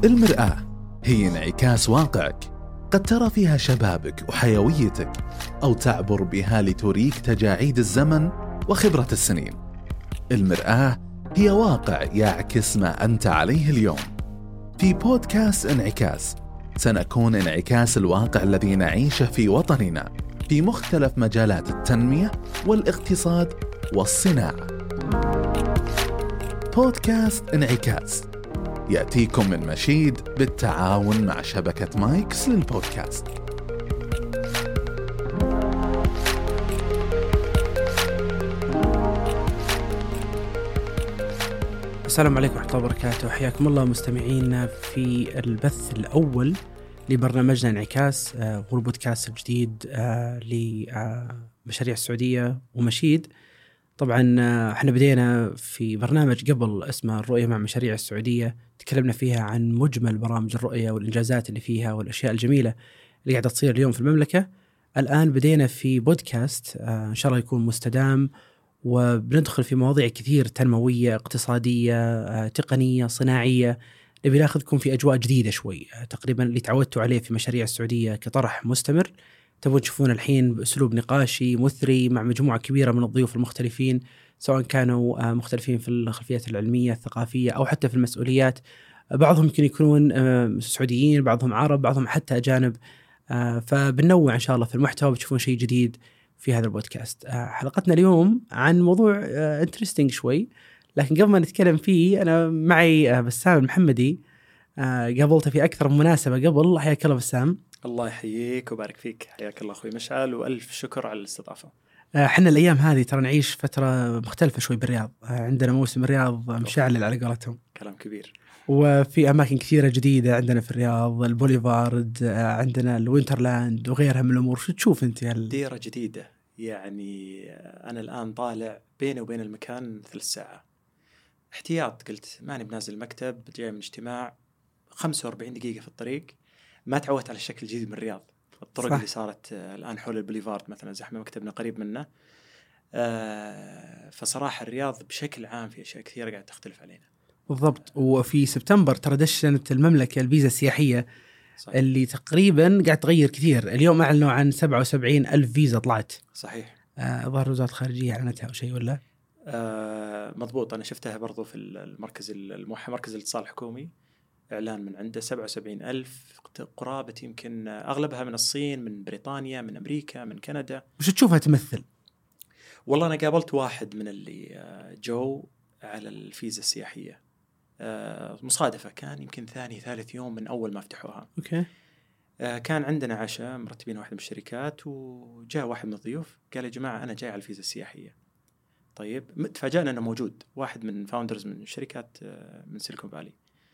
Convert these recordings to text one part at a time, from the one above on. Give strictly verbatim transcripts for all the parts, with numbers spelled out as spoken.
المرآة هي انعكاس واقعك، قد ترى فيها شبابك وحيويتك، أو تعبر بها لتريك تجاعيد الزمن وخبرة السنين. المرآة هي واقع يعكس ما أنت عليه اليوم. في بودكاست انعكاس سنكون انعكاس الواقع الذي نعيشه في وطننا في مختلف مجالات التنمية والاقتصاد والصناعة. بودكاست انعكاس يأتيكم من مشيد بالتعاون مع شبكة مايكس للبودكاست. السلام عليكم ورحمة الله وبركاته، حياكم الله مستمعينا في البث الأول لبرنامجنا انعكاس، هو البودكاست الجديد لمشاريع السعودية ومشيد. طبعا احنا بدينا في برنامج قبل اسمه الرؤية مع مشاريع السعودية، تكلمنا فيها عن مجمل برامج الرؤية والإنجازات اللي فيها والأشياء الجميلة اللي قاعدة تصير اليوم في المملكة. الآن بدينا في بودكاست إن شاء الله يكون مستدام، وبندخل في مواضيع كثير تنموية، اقتصادية، تقنية، صناعية. نبي ناخذكم في أجواء جديدة شوي، تقريبا اللي تعودتوا عليه في مشاريع السعودية كطرح مستمر. تبون تشوفون الحين بأسلوب نقاشي مثري مع مجموعة كبيرة من الضيوف المختلفين، سواء كانوا مختلفين في الخلفيات العلمية الثقافية أو حتى في المسؤوليات. بعضهم يمكن يكونون سعوديين، بعضهم عرب، بعضهم حتى أجانب. فبننوع إن شاء الله في المحتوى، بتشوفون شيء جديد في هذا البودكاست. حلقتنا اليوم عن موضوع انترستينج شوي، لكن قبل ما نتكلم فيه أنا معي بسام المحمدي، قابلته في أكثر من مناسبة قبل. حياك الله بسام. الله يحييك وبارك فيك، حياك الله أخوي مشعل، وألف شكر على الاستضافة. احنا الأيام هذه ترى نعيش فترة مختلفة شوي بالرياض، عندنا موسم الرياض مشعل على قولتهم، كلام كبير. وفي أماكن كثيرة جديدة عندنا في الرياض، البوليفارد، عندنا الوينترلاند وغيرها من الأمور. شو تشوف أنت؟ هل... ديرة جديدة يعني. أنا الآن طالع بيني وبين المكان ثلاث ساعة احتياط، قلت ماني بنازل المكتب، جاي من اجتماع، خمسة وأربعين دقيقة في الطريق. ما تعودت على الشكل الجديد من الرياض، الطرق صح. اللي صارت الآن حول البوليفارد مثلا، زحمة مكتبنا قريب منه. آه فصراحة الرياض بشكل عام في أشياء كثيرة قاعدة تختلف علينا. بالضبط. وفي سبتمبر ترى دشنت المملكة الفيزا السياحية صحيح. اللي تقريبا قاعد تغير كثير. اليوم أعلنوا عن سبعة وسبعين ألف فيزا طلعت. صحيح. آه ظهر وزارة الخارجية أعلنتها أو شيء ولا؟ آه مضبوط، أنا شفتها برضو في المركز الموحى، مركز الاتصال الحكومي، إعلان من عنده سبعة وسبعين ألف، قرابة يمكن أغلبها من الصين، من بريطانيا، من أمريكا، من كندا. وش تشوفها تمثل؟ والله أنا قابلت واحد من اللي جو على الفيزا السياحية، مصادفة، كان يمكن ثاني ثالث يوم من أول ما فتحوها. أوكي. كان عندنا عشاء مرتبين واحد من الشركات، وجاء واحد من الضيوف قال يا جماعة أنا جاي على الفيزا السياحية. طيب تفاجأنا أنه موجود واحد من فاوندرز من شركات من سيليكون فالي.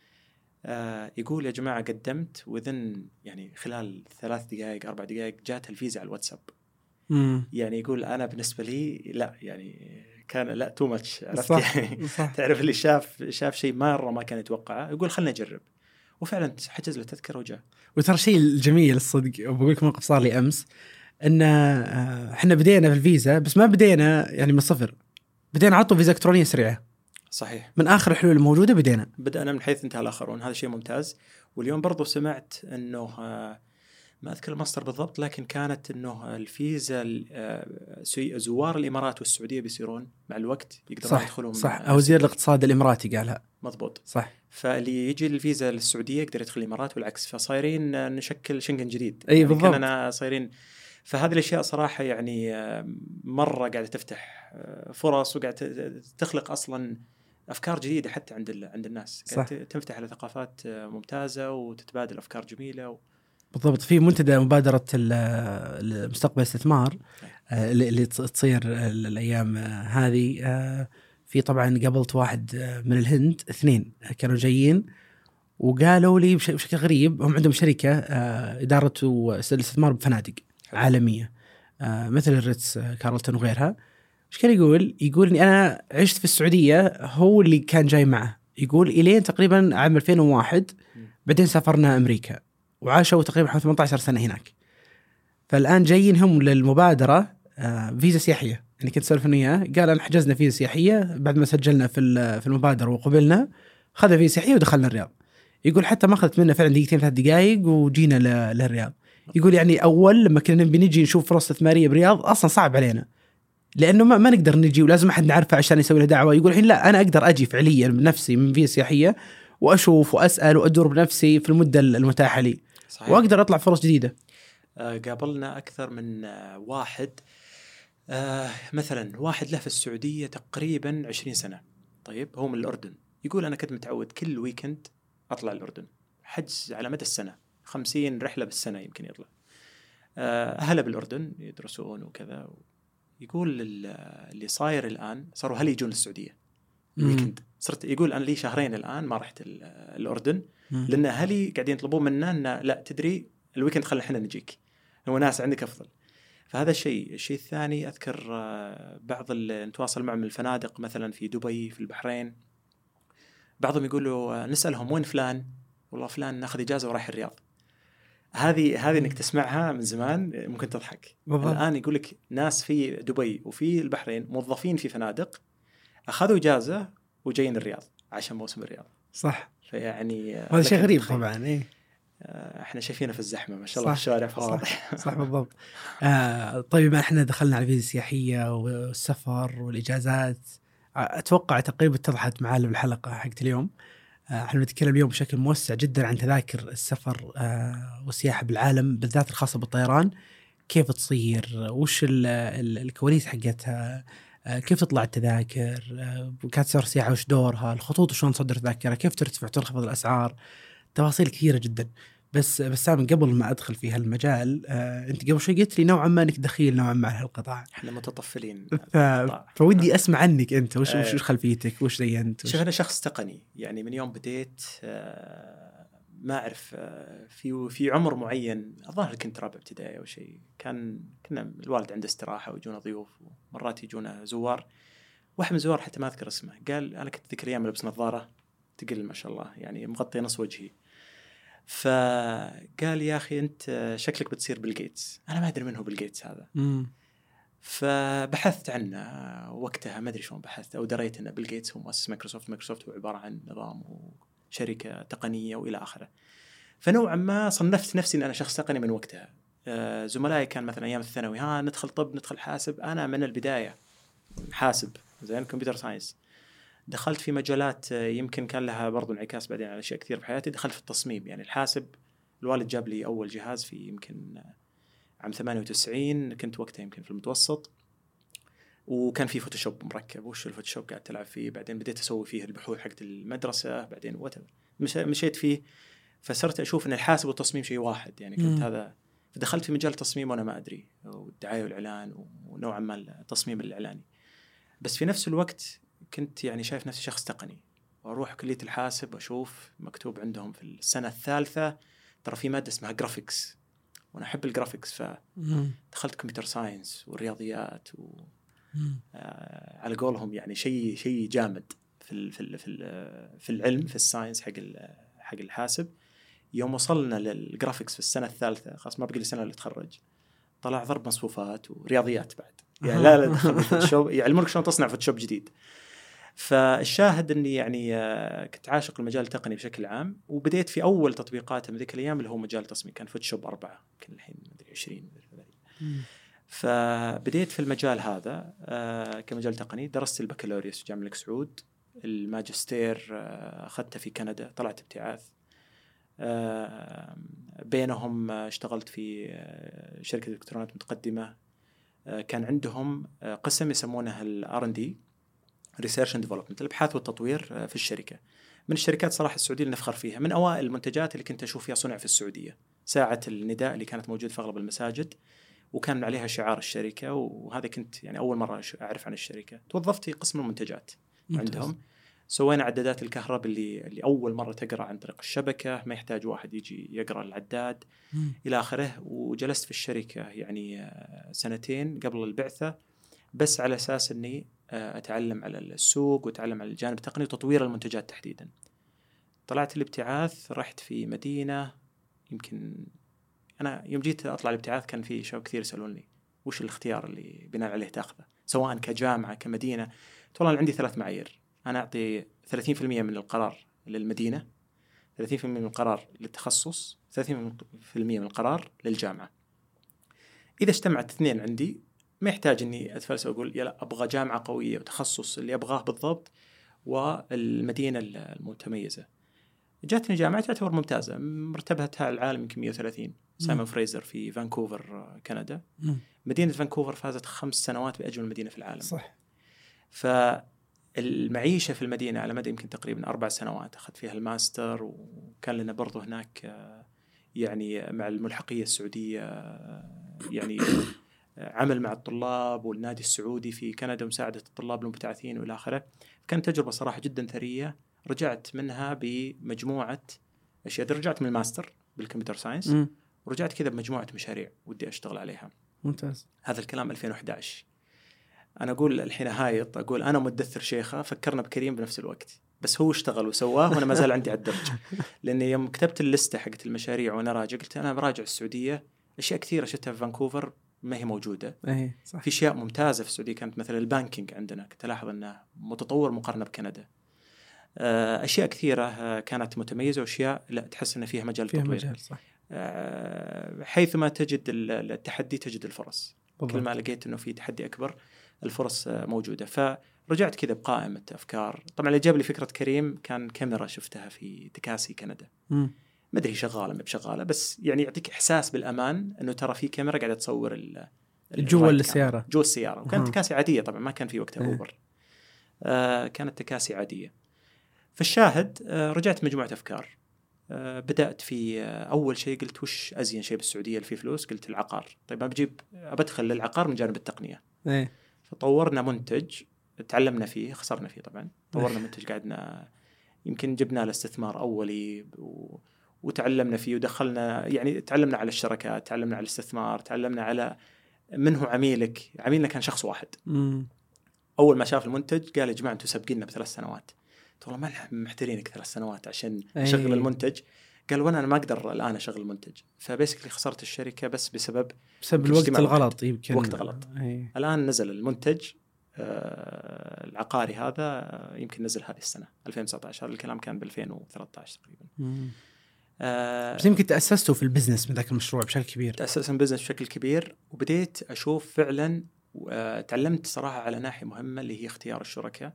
آه يقول يا جماعة قدمت وذن يعني خلال ثلاث دقائق أربع دقائق جات الفيزا على الواتساب. مم. يعني يقول أنا بالنسبة لي لا، يعني كان لا تو ماتش، عرفت صح. يعني صح. تعرف اللي شاف شاف شيء مرة ما كان يتوقعه، يقول خلنا نجرب، وفعلا حجز له تذكرة وجاء. وترى شيء الجميل الصدق، وبقول لكم موقف صار لي أمس، إن إحنا بدينا في الفيزا بس ما بدينا يعني من الصفر، بدينا عطوا فيزا إلكترونية سريعة. صحيح. من آخر الحلول الموجودة بدينا بدأنا من حيث انتهى الآخرون، هذا شيء ممتاز. واليوم برضو سمعت أنه ما أذكر المصدر بالضبط، لكن كانت أنه الفيزا زوار الإمارات والسعودية بيصيرون مع الوقت يقدرون يدخلون. صح. وزير الاقتصاد الإماراتي قالها. مضبوط. صح. فاللي يجي الفيزا للسعودية يقدر يدخل الإمارات والعكس، فصايرين نشكل شنغن جديد. أي يعني بالضبط. كأننا صايرين. فهذه الأشياء صراحة يعني مرة قاعدة تفتح فرص، وقاعدة تخلق أصلاً أفكار جديدة حتى عند عند الناس. صح. تنفتح على ثقافات ممتازة وتتبادل أفكار جميلة و... بالضبط. في منتدى مبادرة المستقبل الاستثمار اللي تصير الأيام هذه، في طبعا قابلت واحد من الهند، اثنين كانوا جايين وقالوا لي بشكل غريب هم عندهم شركة إدارة الاستثمار بفنادق عالمية مثل الريتس كارلتون وغيرها. إيش كان يقول؟ يقول إني أنا عشت في السعودية، هو اللي كان جاي معه، يقول إلين تقريبا عام ألفين وواحد بعدين سافرنا أمريكا وعاشوا تقريبا ثمانية عشر سنة هناك. فالآن جايين هم للمبادرة فيزا سياحية. يعني كنت سألف إياه، قال أنا حجزنا فيزا سياحية بعد ما سجلنا في في المبادرة وقبلنا، خذ فيزا سياحية ودخلنا الرياض. يقول حتى ما أخذت منا فعلا دقيقتين ثلاث دقائق وجينا ل- للرياض. يقول يعني أول لما كنا بنجي نشوف فرص استثمارية برياض أصلا صعب علينا لأنه ما, ما نقدر نجي ولازم أحد نعرفه عشان يسوي له دعوة. يقول الحين لا، أنا أقدر أجي فعليا بنفسي من فيزا سياحية وأشوف وأسأل وأدور بنفسي في المدة المتاحة لي. صحيح. وأقدر أطلع فرص جديدة. آه قابلنا أكثر من آه واحد آه مثلا واحد له في السعودية تقريبا عشرين سنة، طيب هو من الأردن، يقول أنا كنت متعود كل ويكند أطلع الأردن حجز على مدى السنة، خمسين رحلة بالسنة يمكن يطلع. آه أهله بالأردن يدرسون وكذا. يقول اللي صاير الآن صاروا هل يجون السعودية الويكند. صرت يقول أنا لي شهرين الآن ما رحت الأردن مم. لأن أهلي قاعدين يطلبون منا أن لا تدري الويكند خلنا إحنا نجيك، هو ناس عندك أفضل. فهذا الشيء. الشيء الثاني أذكر بعض اللي نتواصل معهم من الفنادق مثلا في دبي في البحرين، بعضهم يقولوا نسألهم وين فلان، والله فلان ناخذ إجازة ورايح الرياض. هذه هذه إنك تسمعها من زمان ممكن تضحك. بالضبط. الآن يقول لك ناس في دبي وفي البحرين موظفين في فنادق أخذوا إجازة وجايين الرياض عشان موسم الرياض. صح. فيعني هذا شيء غريب طبعا. إيه احنا شايفينه في الزحمه ما شاء الله في الشوارع فواضح. صح, صح بالضبط. آه طيب احنا دخلنا على الفيزا السياحيه والسفر والاجازات، اتوقع تقريبا اتضحت معالم الحلقه حقت اليوم. آه احنا بنتكلم اليوم بشكل موسع جدا عن تذاكر السفر آه والسياحه بالعالم، بالذات الخاصه بالطيران، كيف تصير، وش ال ال الكواليس حقتها، آه كيف تطلع التذاكر، آه كانت سعر السياحه وش دورها، الخطوط وشلون تصدر تذاكرها، كيف ترتفع وتنخفض الاسعار، تفاصيل كثيرة جدا. بس بس سامي قبل ما أدخل في هالمجال، آه، أنت قبل شوي قلت لي نوعا ما إنك دخيل نوعا ما على هالقطاع. إحنا متطفلين. ف... فودي أسمع عنك أنت، وش وش, وش خلفيتك، وش زي أنت؟ شوف أنا شخص تقني، يعني من يوم بديت آه ما أعرف آه في في عمر معين، الظاهر كنت رابع ابتدائي أو شيء، كان كنا الوالد عنده استراحة ويجونا ضيوف ومرات يجونا زوار. واحد من الزوار حتى ما أذكر اسمه قال أنا كنت ذكر أيام لبس نظارة تقل ما شاء الله، يعني مغطي نص وجهي. فقال يا أخي أنت شكلك بتصير بيل جيتس. أنا ما أدري من هو بيل جيتس هذا. مم. فبحثت عنه وقتها، ما أدري شلون بحثت أو دريت أن بيل جيتس هو مؤسس مايكروسوفت. مايكروسوفت هو عبارة عن نظام وشركة تقنية وإلى آخره. فنوعا ما صنفت نفسي أن أنا شخص تقني من وقتها. آه زملائي كان مثلا أيام الثانوي ها ندخل طب ندخل حاسب، أنا من البداية حاسب زين كمبيوتر ساينس. دخلت في مجالات يمكن كان لها برضو انعكاس بعدين على أشياء كثير في حياتي. دخلت في التصميم، يعني الحاسب الوالد جاب لي أول جهاز في يمكن عام ثمانية وتسعين، كنت وقتها يمكن في المتوسط، وكان في فوتوشوب مركب. وش الفوتوشوب قاعد تلعب فيه. بعدين بديت أسوي فيه البحوث حقت المدرسة، بعدين وتب مشيت فيه، فصرت أشوف أن الحاسب والتصميم شيء واحد. يعني كنت م. هذا فدخلت في مجال التصميم وأنا ما أدري، والدعاية والإعلان ونوعا ما التصميم الإعلاني. بس في نفس الوقت كنت يعني شايف نفسي شخص تقني، وأروح كلية الحاسب أشوف مكتوب عندهم في السنة الثالثة ترى في مادة اسمها جرافيكس، وأنا أحب الجرافيكس، فدخلت كمبيوتر ساينس والرياضيات و آه على قولهم يعني شيء شيء جامد في ال في ال في, ال في العلم في الساينس حق حق الحاسب. يوم وصلنا للجرافيكس في السنة الثالثة خلاص ما بقي لي سنة للتخرج، طلع ضرب مصفوفات ورياضيات بعد، يعني لا لا دخل فوتوشوب يعلمونك شلون تصنع فوتوشوب جديد. فالشاهد أني يعني كنت عاشق المجال التقني بشكل عام، وبديت في أول تطبيقات من ذيك الأيام اللي هو مجال التصميم، كان فوتوشوب أربعة، كان الحين مدري عشرين. فبديت في المجال هذا كمجال تقني. درست البكالوريوس في جامعة الملك سعود، الماجستير أخذته في كندا، طلعت ابتعاث. بينهم اشتغلت في شركة إلكترونيات متقدمة، كان عندهم قسم يسمونه ال آر إند دي Research and Development، الابحاث والتطوير في الشركة. من الشركات صراحة السعودية اللي نفخر فيها، من أوائل المنتجات اللي كنت أشوف فيها صنع في السعودية، ساعة النداء اللي كانت موجودة في أغلب المساجد وكان عليها شعار الشركة، وهذا كنت يعني أول مرة أعرف عن الشركة. توظفت في قسم المنتجات عندهم، سوينا عدادات الكهرباء اللي اللي أول مرة تقرأ عن طريق الشبكة، ما يحتاج واحد يجي يقرأ العداد مم. إلى آخره. وجلست في الشركة يعني سنتين قبل البعثة، بس على أساس أني أتعلم على السوق وأتعلم على الجانب التقني وتطوير المنتجات تحديدا. طلعت الابتعاث، رحت في مدينة، يمكن أنا يوم جيت أطلع الابتعاث كان في شباب كثير يسألوني وش الاختيار اللي بناء عليه تأخذه، سواء كجامعة كمدينة. والله عندي ثلاث معايير، أنا أعطي ثلاثين بالمئة من القرار للمدينة، ثلاثين بالمئة من القرار للتخصص، ثلاثين بالمئة من القرار للجامعة. إذا اجتمعت اثنين عندي ما يحتاج إني أتفلسف وأقول يلا أبغى جامعة قوية وتخصص اللي أبغاه بالضبط والمدينة المتميزة. جاتني جامعة تعتبر ممتازة، مرتبتها العالم يمكن مئة وثلاثين، سايمون فريزر في فانكوفر كندا. م. مدينة فانكوفر فازت خمس سنوات بأجمل مدينة في العالم. صح. فالمعيشة في المدينة على مدى يمكن تقريبا أربع سنوات أخذت فيها الماستر، وكان لنا برضو هناك يعني مع الملحقية السعودية يعني عمل مع الطلاب والنادي السعودي في كندا ومساعدة الطلاب المبتعثين وإلى آخره. كانت تجربة صراحة جدا ثرية، رجعت منها بمجموعة أشياء. رجعت من الماستر بالكمبيوتر ساينس، ورجعت كذا بمجموعة مشاريع ودي أشتغل عليها. ممتاز. هذا الكلام ألفين وإحدى عشر. أنا أقول الحين هايط، أقول أنا مدثر شيخة، فكرنا بكريم بنفس الوقت، بس هو اشتغل وسواه وأنا ما زال عندي على الدرج. لأني يوم كتبت اللستة حقت المشاريع وأنا راجع قلت أنا براجع السعودية، أشياء كثيرة شفتها في فانكوفر ما هي موجودة. أيه صح. في أشياء ممتازة في السعودية، كانت مثلا البانكينج عندنا كنت ألاحظ أنه متطور مقارنة بكندا. أشياء كثيرة كانت متميزة، وأشياء لا تحس أن فيها مجال فيها مجال صح. حيثما تجد التحدي تجد الفرص. بالضبط. كل ما لقيت أنه في تحدي أكبر الفرص موجودة. فرجعت كذا بقائمة أفكار. طبعا اللي جاب لي فكرة كريم كان كاميرا شفتها في تكاسي كندا، ما أدري شغالة ما بشغالة، بس يعني يعطيك إحساس بالأمان أنه ترى في كاميرا قاعدة تصور جوا السيارة جوا السيارة. وكانت تكاسي عادية طبعا، ما كان في وقتها أوبر. آه كانت تكاسي عادية. فالشاهد آه رجعت مجموعة أفكار. آه بدأت في آه أول شيء قلت وش أزين شيء بالسعودية اللي فيه فلوس؟ قلت العقار. طيب ما بجيب أبدخل للعقار من جانب التقنية. إيه. فطورنا منتج تعلمنا فيه، خسرنا فيه طبعا. طورنا منتج قعدنا يمكن جبنا له استثمار أولي و... وتعلمنا فيه ودخلنا، يعني تعلمنا على الشركات، تعلمنا على الاستثمار، تعلمنا على من هو عميلك. عميلنا كان شخص واحد. مم. أول ما شاف المنتج قال يا جماعة أنتوا سابقيننا بثلاث سنوات. والله ما محتاجينك ثلاث سنوات عشان أشغل أيه. المنتج. قال وانا انا ما اقدر الان اشغل المنتج. فبيسكلي خسرت الشركه بس بسبب بسبب الوقت الغلط. يمكن وقت غلط. أيه. الان نزل المنتج آه العقاري هذا آه يمكن نزل هذه السنه ألفين وتسعة عشر. الكلام كان ب ألفين وثلاثة عشر تقريبا. آه بس يمكن تاسستوا في البزنس من ذاك المشروع بشكل كبير. تاسست في البزنس بشكل كبير، وبديت اشوف فعلا وتعلمت صراحه على ناحيه مهمه اللي هي اختيار الشركاء.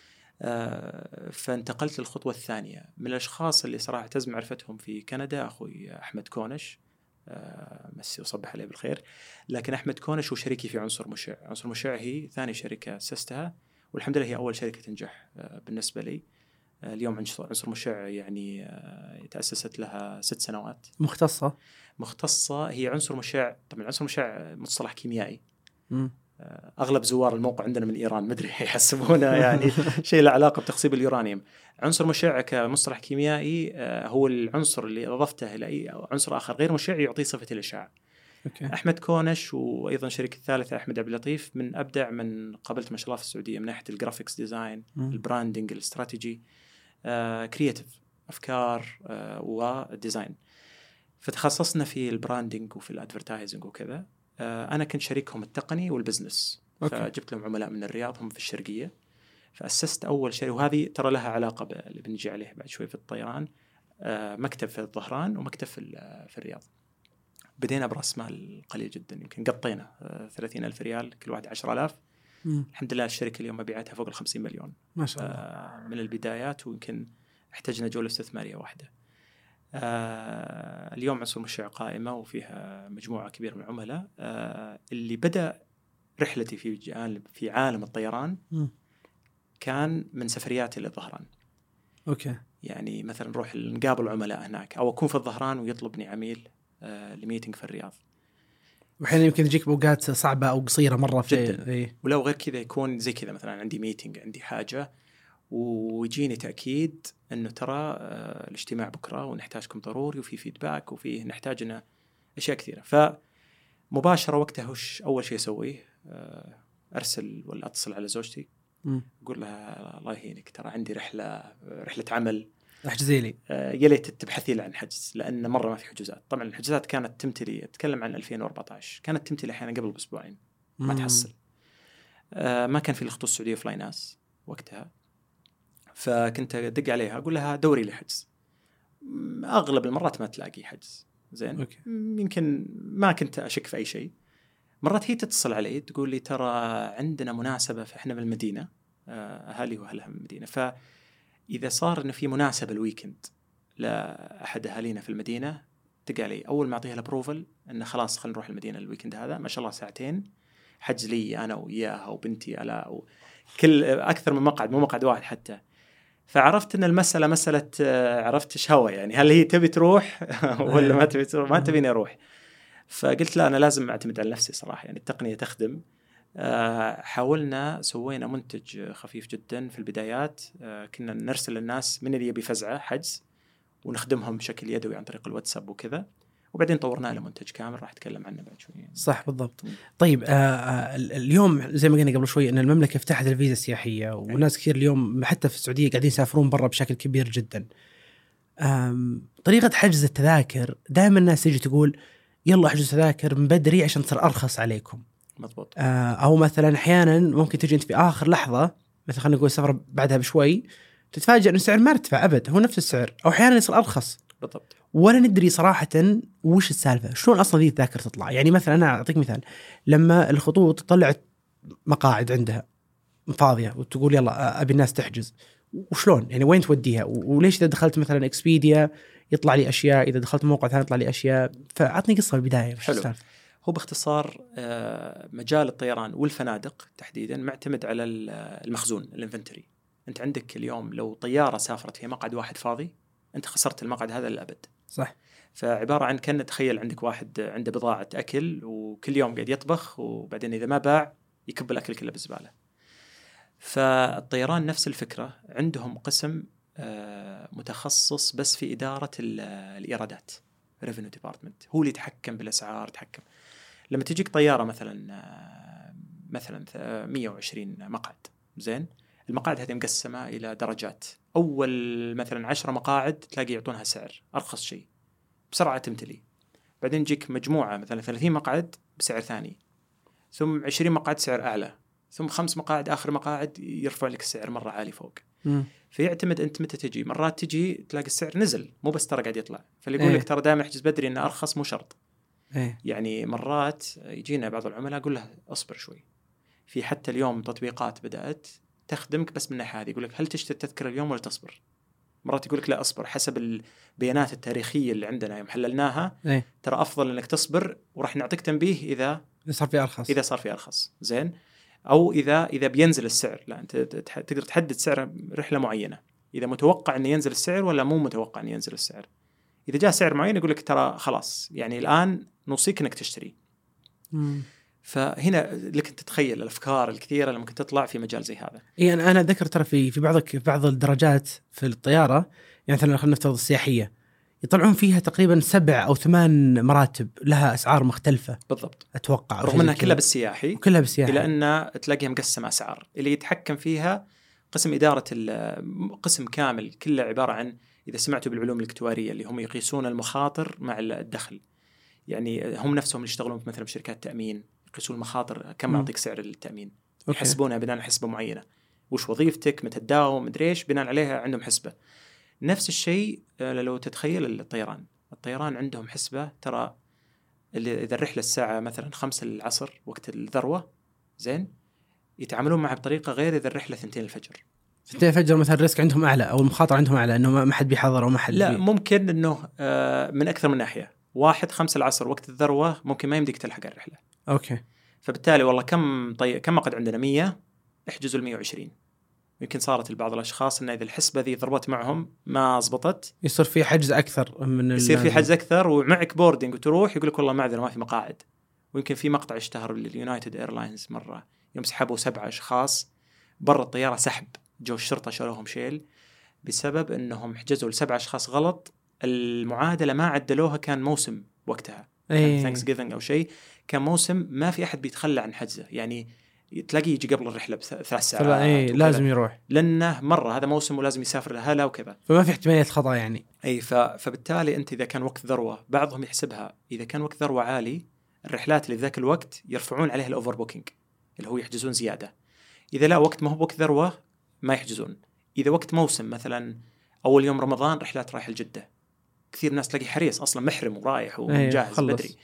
آه فانتقلت للخطوة الثانية. من الأشخاص اللي صراحة اعتز معرفتهم في كندا أخوي أحمد كونش، آه مسي وصبح عليه بالخير. لكن أحمد كونش هو شريكي في عنصر مشع. عنصر مشع هي ثاني شركة أسستها، والحمد لله هي أول شركة تنجح آه بالنسبة لي. آه اليوم عنصر مشع يعني آه تأسست لها ست سنوات. مختصة مختصة هي عنصر مشع. طبعا عنصر مشع مصطلح كيميائي. م. أغلب زوار الموقع عندنا من إيران، مدري يحسبونه يعني شيء له علاقة بتخصيب اليورانيوم. عنصر مشع كمصطلح كيميائي هو العنصر اللي أضفته إلى أي عنصر آخر غير مشع يعطيه صفة الإشعاع. أوكي. أحمد كونش وأيضا شركة الثالثة أحمد عبد اللطيف من أبدع من قابلت ما شاء الله في السعودية من ناحية الجرافيكس ديزاين، البراندنج، الاستراتيجي، آه، كرياتيف، أفكار آه، والديزاين. فتخصصنا في البراندنج وفي الادفرتايزنج وكذا. أنا كنت شريكهم التقني والبزنس. أوكي. فجبت لهم عملاء من الرياض هم في الشرقية، فأسست أول شيء، وهذه ترى لها علاقة اللي بنجي عليه بعد شوي في الطيران. مكتب في الظهران ومكتب في في الرياض. بدينا برأس مال قليل جدا، يمكن قطينا ثلاثين ألف ريال كل واحد عشر آلاف. الحمد لله الشركة اليوم مبيعاتها فوق الخمسين مليون ما شاء الله من البدايات، ويمكن احتاجنا جولة استثمارية واحدة. آه اليوم عنصر مشروع قائمة وفيها مجموعة كبيرة من العملاء. آه اللي بدأ رحلتي في عالم في عالم الطيران م. كان من سفرياتي للظهران. أوكي. يعني مثلا نروح نقابل عملاء هناك، أو أكون في الظهران ويطلبني عميل آه لميتنج في الرياض. وحين يمكن تجيك بوقات صعبة أو قصيرة مرة في جدا. إيه؟ ولو غير كذا يكون زي كذا مثلا عندي ميتنج، عندي حاجة ويجيني تأكيد أنه ترى آه الاجتماع بكرة ونحتاجكم ضروري وفي فيدباك وفيه نحتاجنا أشياء كثيرة. فمباشرة وقتها وش أول شيء أسويه؟ آه أرسل ولا أتصل على زوجتي أقول لها الله يهينك ترى عندي رحلة رحلة عمل احجزي لي. آه يا ليت تبحثي لي عن حجز، لأن مرة ما في حجوزات. طبعا الحجوزات كانت تمتلي، أتكلم عن ألفين وأربعة عشر، كانت تمتلي أحيانا قبل بأسبوعين ما تحصل. آه ما كان في الخطوط السعودية فلايناس وقتها، فكنت أدق عليها أقول لها دوري لي حجز. اغلب المرات ما تلاقي حجز زين. أوكي. يمكن ما كنت اشك في اي شيء. مرات هي تتصل علي تقول لي ترى عندنا مناسبه فاحنا بالمدينه اهالي واهلها من المدينه، فاذا صار انه في مناسبه الويكند لاحد اهالينا في المدينه تقع لي اول ما اعطيها الابروفل انه خلاص خلينا نروح المدينه الويكند هذا، ما شاء الله ساعتين حجز لي انا وياها وبنتي الاء كل اكثر من مقعد، مو مقعد واحد حتى. فعرفت ان المساله مساله عرفت شهوه، يعني هل هي تبي تروح ولا ما تبي تروح؟ ما تبيني اروح. فقلت لا انا لازم اعتمد على نفسي صراحه، يعني التقنيه تخدم. حاولنا سوينا منتج خفيف جدا في البدايات، كنا نرسل للناس من اللي يبي فزعه حجز ونخدمهم بشكل يدوي عن طريق الواتساب وكذا، وبعدين طورناه لمنتج كامل راح اتكلم عنه بعد شوي. صح بالضبط. م. طيب آه اليوم زي ما قلنا قبل شوي ان المملكه فتحت الفيزا السياحيه، وناس كثير اليوم حتى في السعوديه قاعدين يسافرون برا بشكل كبير جدا. طريقه حجز التذاكر دائما الناس تيجي تقول يلا احجز تذاكر من بدري عشان تصير ارخص عليكم. مضبوط. آه او مثلا احيانا ممكن تجي انت في اخر لحظه، مثلا خلينا نقول السفر بعدها بشوي تتفاجئ ان السعر ما ارتفع ابد، هو نفس السعر، او احيانا يصير ارخص. بالضبط. ولا ندري صراحة وش السالفة، شلون أصلا ذي التذاكر تطلع. يعني مثلا أنا أعطيك مثال، لما الخطوط طلعت مقاعد عندها فاضية وتقول يلا أبي الناس تحجز، وشلون يعني وين توديها؟ وليش إذا دخلت مثلا إكسبيديا يطلع لي أشياء، إذا دخلت موقع ثاني يطلع لي أشياء؟ فأعطني قصة بالبداية. حلو. هو باختصار مجال الطيران والفنادق تحديدا معتمد على المخزون الانفنتوري. أنت عندك اليوم لو طيارة سافرت في مقعد واحد فاضي أنت خسرت المقعد هذا للأبد. صح. فعبارة عن كأن تخيل عندك واحد عنده بضاعة أكل وكل يوم قاعد يطبخ، وبعدين إذا ما باع يكب الأكل كله بالزبالة. فالطيران نفس الفكرة، عندهم قسم متخصص بس في إدارة الإيرادات Revenue Department، هو اللي يتحكم بالأسعار. تحكم لما تجيك طيارة مثلا مثلا مية وعشرين مقعد، زين، المقاعد هذه مقسمة إلى درجات. أول مثلا عشرة مقاعد تلاقي يعطونها سعر أرخص شيء بسرعة تمتلي، بعدين يجيك مجموعة مثلا ثلاثين مقعد بسعر ثاني، ثم عشرين مقعد سعر أعلى، ثم خمس مقاعد آخر مقاعد يرفع لك السعر مرة عالي فوق. م. فيعتمد أنت متى تجي. مرات تجي تلاقي السعر نزل، مو بس ترى قاعد يطلع، فاللي يقول لك ايه. ترى دائما احجز بدري إنه أرخص، مو شرط. ايه. يعني مرات يجينا بعض العملاء أقول له أصبر شوي، في حتى اليوم تطبيقات بدأت تخدمك بس من الناحية هذه، يقول لك هل تشتري التذكرة اليوم ولا تصبر؟ مرات يقول لك لا أصبر، حسب البيانات التاريخية اللي عندنا يوم حللناها ايه؟ ترى أفضل إنك تصبر، وراح نعطيك تنبيه إذا صار في أرخص إذا صار في أرخص، زين، أو إذا إذا بينزل السعر. لا أنت تقدر تحدد سعر رحلة معينة، إذا متوقع إنه ينزل السعر ولا مو متوقع إنه ينزل السعر. إذا جاء سعر معين يقول لك ترى خلاص يعني الآن نوصيك إنك تشتري. مم. فهنا لك تتخيل الأفكار الكثيرة اللي ممكن تطلع في مجال زي هذا. إيه أنا أنا ذكر ترى في في بعض في بعض الدرجات في الطيارة، يعني مثلا خلينا نفترض السياحية يطلعون فيها تقريبا سبع أو ثمان مراتب لها أسعار مختلفة. بالضبط. أتوقع رغم أنها كلها بالسياحي وكلها بالسياحي، إلا أن تلاقيها مقسمة أسعار. اللي يتحكم فيها قسم إدارة قسم كامل كله عبارة عن، إذا سمعتوا بالعلوم الاكتوارية اللي هم يقيسون المخاطر مع الدخل، يعني هم نفسهم اللي يشتغلون مثلا بشركات تأمين يقيسون المخاطر، كم أعطيك سعر التأمين، يحسبونها بناء على حسبة معينة، وش وظيفتك، متى تداوم، مدري إيش، بناء عليها عندهم حسبة. نفس الشيء لو تتخيل الطيران، الطيران عندهم حسبة، ترى إذا الرحلة الساعة مثلا خمسة العصر وقت الذروة، زين، يتعاملون معها بطريقة غير إذا الرحلة ثنتين الفجر. ثنتين الفجر مثلا الريسك عندهم أعلى أو المخاطر عندهم أعلى، إنه ما حد بيحضر أو ما حد لا بي... ممكن إنه من أكثر من ناحية. واحد خمسة العصر وقت الذروة ممكن ما يمديك تلحق الرحلة. أوكي. فبالتالي والله كم طي... كم مقعد عندنا مية، احجزوا المية وعشرين. يمكن صارت لبعض الأشخاص إن إذا الحسبة ذي ضربت معهم ما زبطت، يصير في حجز أكثر من يصير في حجز أكثر ومعك بوردينج وتروح يقول لك والله معذرة ما في مقاعد. ويمكن في مقطع اشتهر لليونايتد إيرلاينز مرة يوم سحبوا سبعة أشخاص برا الطيارة، سحب، جو الشرطة شالوهم شيل بسبب إنهم حجزوا لسبعة أشخاص غلط. المعادلة ما عدلوها، كان موسم وقتها، أيه. ثانكس جيفينج أو شيء، كان موسم ما في أحد بيتخلى عن حجزه، يعني تلاقيه يجي قبل الرحلة بثلاث ساعات ايه لازم يروح، لأنه مرة هذا موسم ولازم يسافر لهلا وكذا، فما في احتمالية خطأ يعني. أي ف... فبالتالي أنت إذا كان وقت ذروة، بعضهم يحسبها إذا كان وقت ذروة عالي، الرحلات اللي ذاك الوقت يرفعون عليها الأوفر بوكينج اللي هو يحجزون زيادة. إذا لا وقت ما هو وقت ذروة ما يحجزون. إذا وقت موسم مثلا أول يوم رمضان رحلات رايح الجدة، كثير ناس تلاقي حريص أصلا محرم ورايح ومجهز بدري.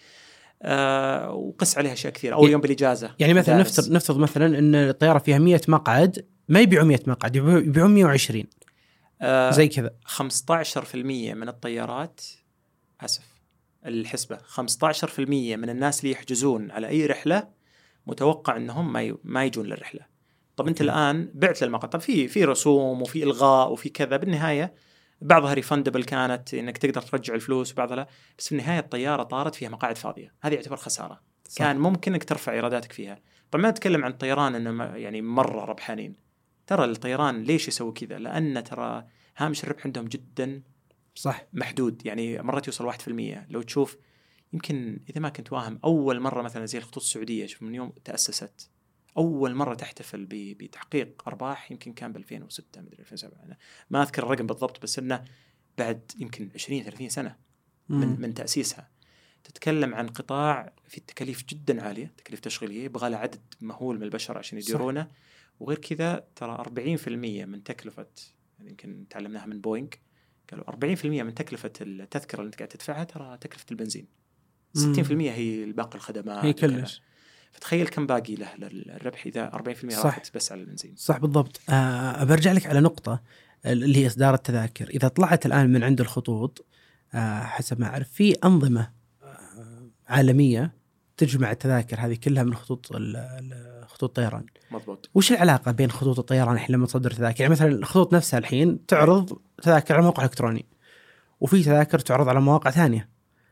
آه وقس عليها أشياء كثير. أول يوم بالإجازة يعني مثلا نفترض نفترض مثلا إن الطيارة فيها مية مقعد، ما يبيعوا مية مقعد، يبيعون مية وعشرين آه زي كذا. خمسة عشر بالمية من الطيارات، أسف الحسبة، خمسة عشر بالمية من الناس اللي يحجزون على أي رحلة متوقع أنهم ما ما يجون للرحلة. طب أنت الآن بعت للمقعد، طب في في رسوم وفي إلغاء وفي كذا، بالنهاية بعضها ريفندبل كانت إنك تقدر ترجع الفلوس وبعضها لا، بس في النهاية الطيارة طارت فيها مقاعد فاضية، هذه يعتبر خسارة. صح. كان ممكن إنك ترفع إيراداتك فيها. طبعا ما نتكلم عن الطيران إنه يعني مرة ربحانين، ترى الطيران ليش يسوي كذا؟ لأن ترى هامش الربح عندهم جدا صح محدود، يعني مرات يوصل واحد في المية. لو تشوف يمكن إذا ما كنت واهم أول مرة مثلا زي الخطوط السعودية، شوف من يوم تأسست أول مرة تحتفل بتحقيق أرباح يمكن كان بألفين وستة مدري ألفين وسبعة، أنا ما أذكر الرقم بالضبط، بس إنه بعد يمكن عشرين ثلاثين سنة من من تأسيسها. تتكلم عن قطاع في التكاليف جدا عالية، تكاليف تشغيلية يبغى له عدد مهول من البشر عشان يديرونه. وغير كذا ترى أربعين بالمية من تكلفة، يعني يمكن تعلمناها من بوينغ، قالوا أربعين بالمية من تكلفة التذكرة اللي أنت قاعد تدفعها ترى تكلفة البنزين، ستين بالمية هي الباقي الخدمات هي كلش. فتخيل كم باقي له للربح إذا أربعين بالمية راحت بس على البنزين. صح بالضبط. أه برجع لك على نقطة اللي هي إصدار التذاكر. إذا طلعت الآن من عند الخطوط أه حسب ما أعرف في أنظمة أه عالمية تجمع التذاكر هذه كلها من خطوط خطوط الطيران. مضبوط. وش العلاقة بين خطوط الطيران الحين لما تصدر تذاكر؟ يعني مثلا الخطوط نفسها الحين تعرض تذاكر على موقع إلكتروني، وفي تذاكر تعرض على مواقع ثانية.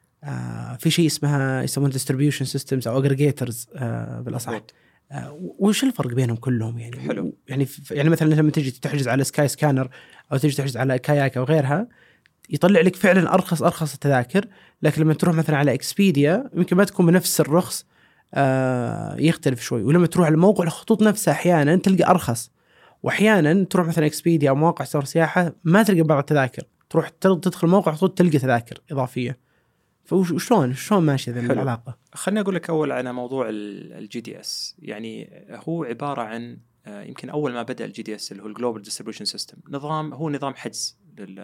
آه في شيء اسمها يسمونه distribution systems أو aggregators آه بالأصح. آه وش الفرق بينهم كلهم يعني؟ حلو. يعني يعني مثلا لما تيجي تحجز على سكاي سكانر أو تيجي تحجز على كاياك أو غيرها يطلع لك فعلا أرخص أرخص التذاكر، لكن لما تروح مثلا على إكسبيديا يمكن ما تكون بنفس الرخص، آه يختلف شوي. ولما تروح على موقع الخطوط نفسها أحيانا تلقى أرخص، وأحيانا تروح مثلا إكسبيديا أو مواقع سفر سياحة ما تلقى بعض التذاكر، تروح تدخل موقع خطوط تلقى تذاكر إضافية. فشلون شلون ماشي ذا العلاقة؟ خلني أقول لك أول عن موضوع الجي دي اس. يعني هو عبارة عن يمكن أول ما بدأ الجي دي اس اللي هو الجلوبال ديستريبيوشن سيستم، نظام هو نظام حجز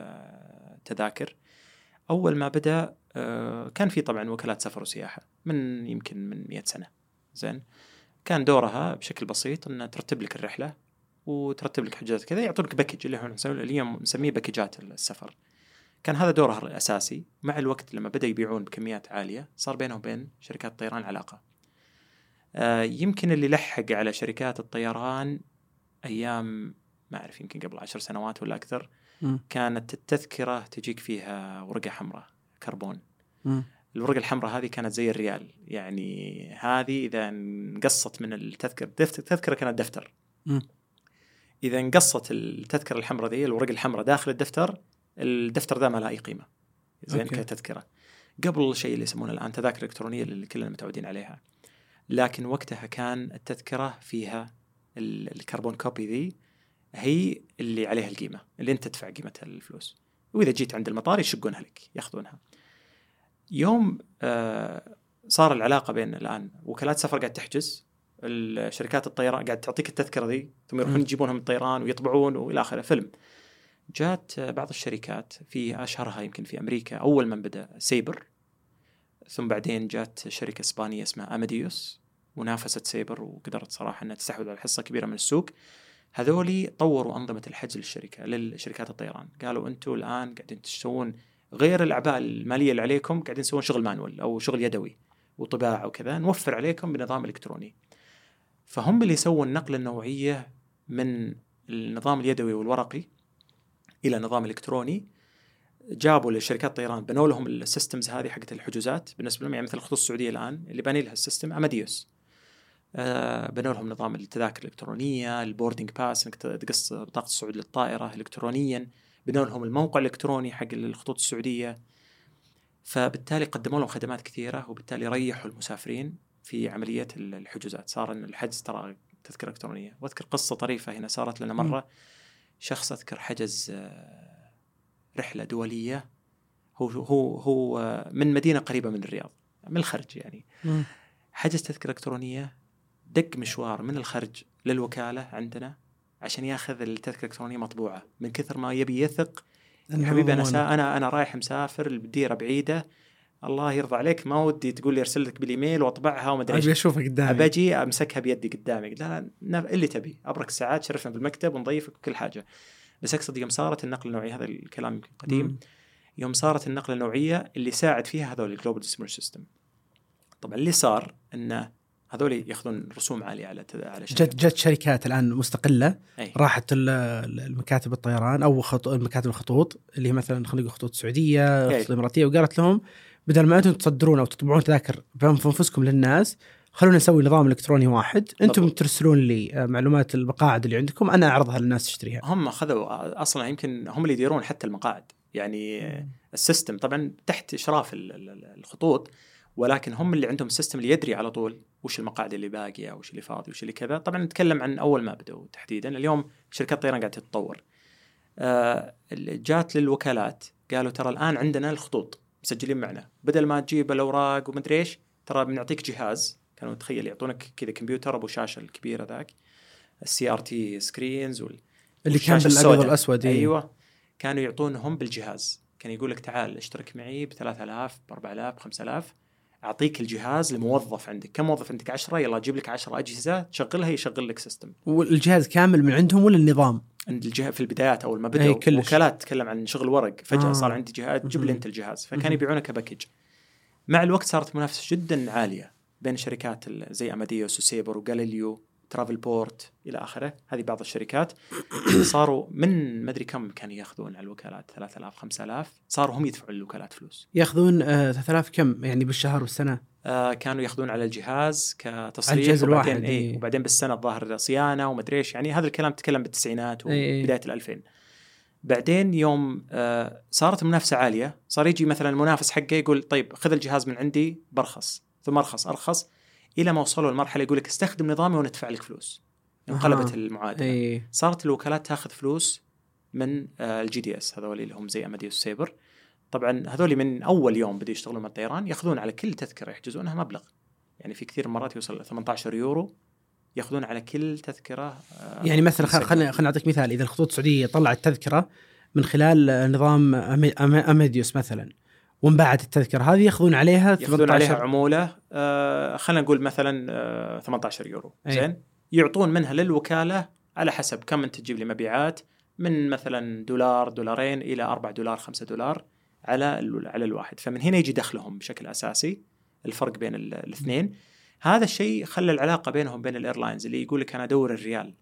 للتذاكر. أول ما بدأ كان في طبعا وكالات سفر وسياحة من يمكن من مئة سنة. زين، كان دورها بشكل بسيط أن ترتب لك الرحلة وترتب لك حجازات كذا، يعطونك باكج اللي هو اليوم نسميه باكجات السفر. كان هذا دورها الأساسي. مع الوقت لما بدأ يبيعون بكميات عالية صار بينهم وبين شركات الطيران علاقة. آه يمكن اللي لحق على شركات الطيران أيام ما أعرف يمكن قبل عشر سنوات ولا أكثر، م. كانت التذكرة تجيك فيها ورقة حمراء كربون. م. الورقة الحمراء هذه كانت زي الريال، يعني هذه إذا انقصت من التذكرة، التذكرة كانت دفتر، م. إذا انقصت التذكرة الحمراء ذي الورقة الحمراء داخل الدفتر، الدفتر ذا ما له أي قيمة زين كتذكرة. قبل الشيء اللي يسمونه الآن تذاكر إلكترونية اللي كلنا متعودين عليها، لكن وقتها كان التذكرة فيها الكربون كوبي ذي هي اللي عليها القيمة، اللي أنت تدفع قيمتها الفلوس، وإذا جيت عند المطار يشقونها لك يأخذونها. يوم آه صار العلاقة بين الآن وكالات سفر قاعد تحجز، الشركات الطيران قاعد تعطيك التذكرة ذي ثم يروحون يجيبونها من الطيران ويطبعون وإلى آخره فيلم. جات بعض الشركات في أشهرها يمكن في أمريكا أول من بدأ سيبر، ثم بعدين جات شركة إسبانية اسمها أماديوس ونافست سيبر وقدرت صراحة أنها تستحوذ على حصة كبيرة من السوق. هذولي طوروا أنظمة الحجز للشركة للشركات الطيران، قالوا أنتوا الآن قاعدين تسوون غير الأعباء المالية اللي عليكم، قاعدين تسوون شغل مانوال أو شغل يدوي وطباعة وكذا، نوفر عليكم بنظام إلكتروني. فهم اللي يسوون النقلة النوعية من النظام اليدوي والورقي إلى نظام إلكتروني. جابوا للشركات الطيران بنوا لهم السيستمز هذه حقت الحجوزات بالنسبة لهم، يعني مثل الخطوط السعودية الآن اللي بني لها السيستم أماديوس، آه بنوا لهم نظام التذاكر الإلكترونية، البوردينج باس إنك تقص بطاقة الصعود للطائرة إلكترونيا، بنوا لهم الموقع الإلكتروني حق الخطوط السعودية. فبالتالي قدموا لهم خدمات كثيرة، وبالتالي ريحوا المسافرين في عملية الحجوزات. صار إن الحجز ترى تذكرة إلكترونية. وأذكر قصة طريفة هنا صارت لنا مرة، شخص أذكر حجز رحلة دولية، هو هو هو من مدينة قريبة من الرياض من الخرج يعني، حجز تذكرة إلكترونية، دق مشوار من الخرج للوكالة عندنا عشان ياخذ التذكرة الإلكترونية مطبوعة، من كثر ما يبي يثق حبيبي أنا سا أنا أنا رايح مسافر بديرة بعيدة، الله يرضى عليك ما ودي تقول لي أرسل لك بالإيميل وأطبعها وما أدري إيش. أبي أشوفها قدامي. أبى أجي أمسكها بيدي قدامي. لا لا اللي تبي أبرك ساعات شرفنا بالمكتب ونضيفك وكل حاجة. بس أقصد يوم صارت النقل النوعية، هذا الكلام قديم. م. يوم صارت النقل النوعية اللي ساعد فيها هذول الجلوبال ديستريبيوشن سيستم. طبعا اللي صار إنه هذول يأخذون رسوم عالية على على جت جت شركات الآن مستقلة. أي. راحت المكاتب الطيران أو خط... المكاتب الخطوط اللي مثلا خلينا نقول خطوط السعودية خطوط الإماراتية، وقالت لهم بدل ما أنتم تصدرون أو تطبعون تذاكر بأنفسكم للناس، خلونا نسوي نظام إلكتروني واحد، أنتم مطلوب. ترسلون لي معلومات المقاعد اللي عندكم، أنا أعرضها للناس تشتريها. هم أخذوا أصلا يمكن هم اللي يديرون حتى المقاعد، يعني م. السيستم طبعا تحت إشراف الخطوط، ولكن هم اللي عندهم السيستم اللي يدري على طول وش المقاعد اللي باقية وش اللي فاضي وش اللي كذا. طبعا نتكلم عن أول ما بدأوا تحديدا. اليوم شركات الطيران قاعدة تتطور. آه جات للوكالات قالوا ترى الآن عندنا الخطوط مسجلين معنا، بدل ما تجيب الأوراق ومدري إيش، ترى بنعطيك جهاز. كانوا تخيل يعطونك كذا كمبيوتر أبو شاشة الكبيرة ذاك السي آر تي سكرينز وال... اللي كان بالأبيض والأسود. أيوة كانوا يعطونهم بالجهاز. كان يقول لك تعال اشترك معي بثلاثة آلاف بأربعة آلاف بخمسة آلاف، أعطيك الجهاز لموظف عندك. كم موظف عندك؟ عشرة، يلا أجيب لك عشرة أجهزة تشغلها يشغل لك سيستم. والجهاز كامل من عندهم ولا النظام؟ الجهاز في البدايات أول ما بدأوا وكالات تتكلم عن شغل ورق، فجأة آه. صار عندي جهاز، جيب لي أنت الجهاز. فكان يبيعونه كباكج. مع الوقت صارت منافسة جدا عالية بين شركات زي أماديوس وسيبر وغاليليو ترافل بورت إلى آخره. هذه بعض الشركات صاروا من مدري كم كانوا يأخذون على الوكالات ثلاثة آلاف خمسة آلاف، صاروا هم يدفعون الوكالات فلوس. يأخذون آه ثلاثة آلاف كم يعني بالشهر والسنة؟ آه كانوا يأخذون على الجهاز كتصريح، وبعدين إيه وبعدين بالسنة الظاهر صيانة ومدري إيش. يعني هذا الكلام تكلم بالتسعينات وبداية الألفين. بعدين يوم آه صارت المنافسة عالية، صار يجي مثلا المنافس حقه يقول طيب خذ الجهاز من عندي برخص، ثم أرخص أرخص، إلى ما وصلوا المرحلة يقول لك استخدم نظامي وندفع لك فلوس. انقلبت آه. المعادلة. أيه. صارت الوكالات تأخذ فلوس من آه الجي دي اس، هذول اللي هم زي أماديوس سيبر. طبعا هذول من أول يوم بدأوا يشتغلون مع الطيران يأخذون على كل تذكرة يحجزونها مبلغ، يعني في كثير مرات يوصل ثمانية عشر يورو يأخذون على كل تذكرة. آه يعني مثلا خلينا خلينا نعطيك مثال، إذا الخطوط السعودية طلعت تذكرة من خلال نظام أماديوس مثلا وانباعت التذكرة هذه، يأخذون عليها يأخذون عليها عمولة آه خلينا نقول مثلا آه ثمانية عشر يورو. أيه. زين يعطون منها للوكالة على حسب كم أنت تجيب لي مبيعات، من مثلا دولار دولارين إلى أربعة دولار خمسة دولار على على الواحد. فمن هنا يجي دخلهم بشكل أساسي. الفرق بين الاثنين هذا الشيء خلى العلاقة بينهم بين الإيرلاينز اللي يقول لك أنا أدور الريال،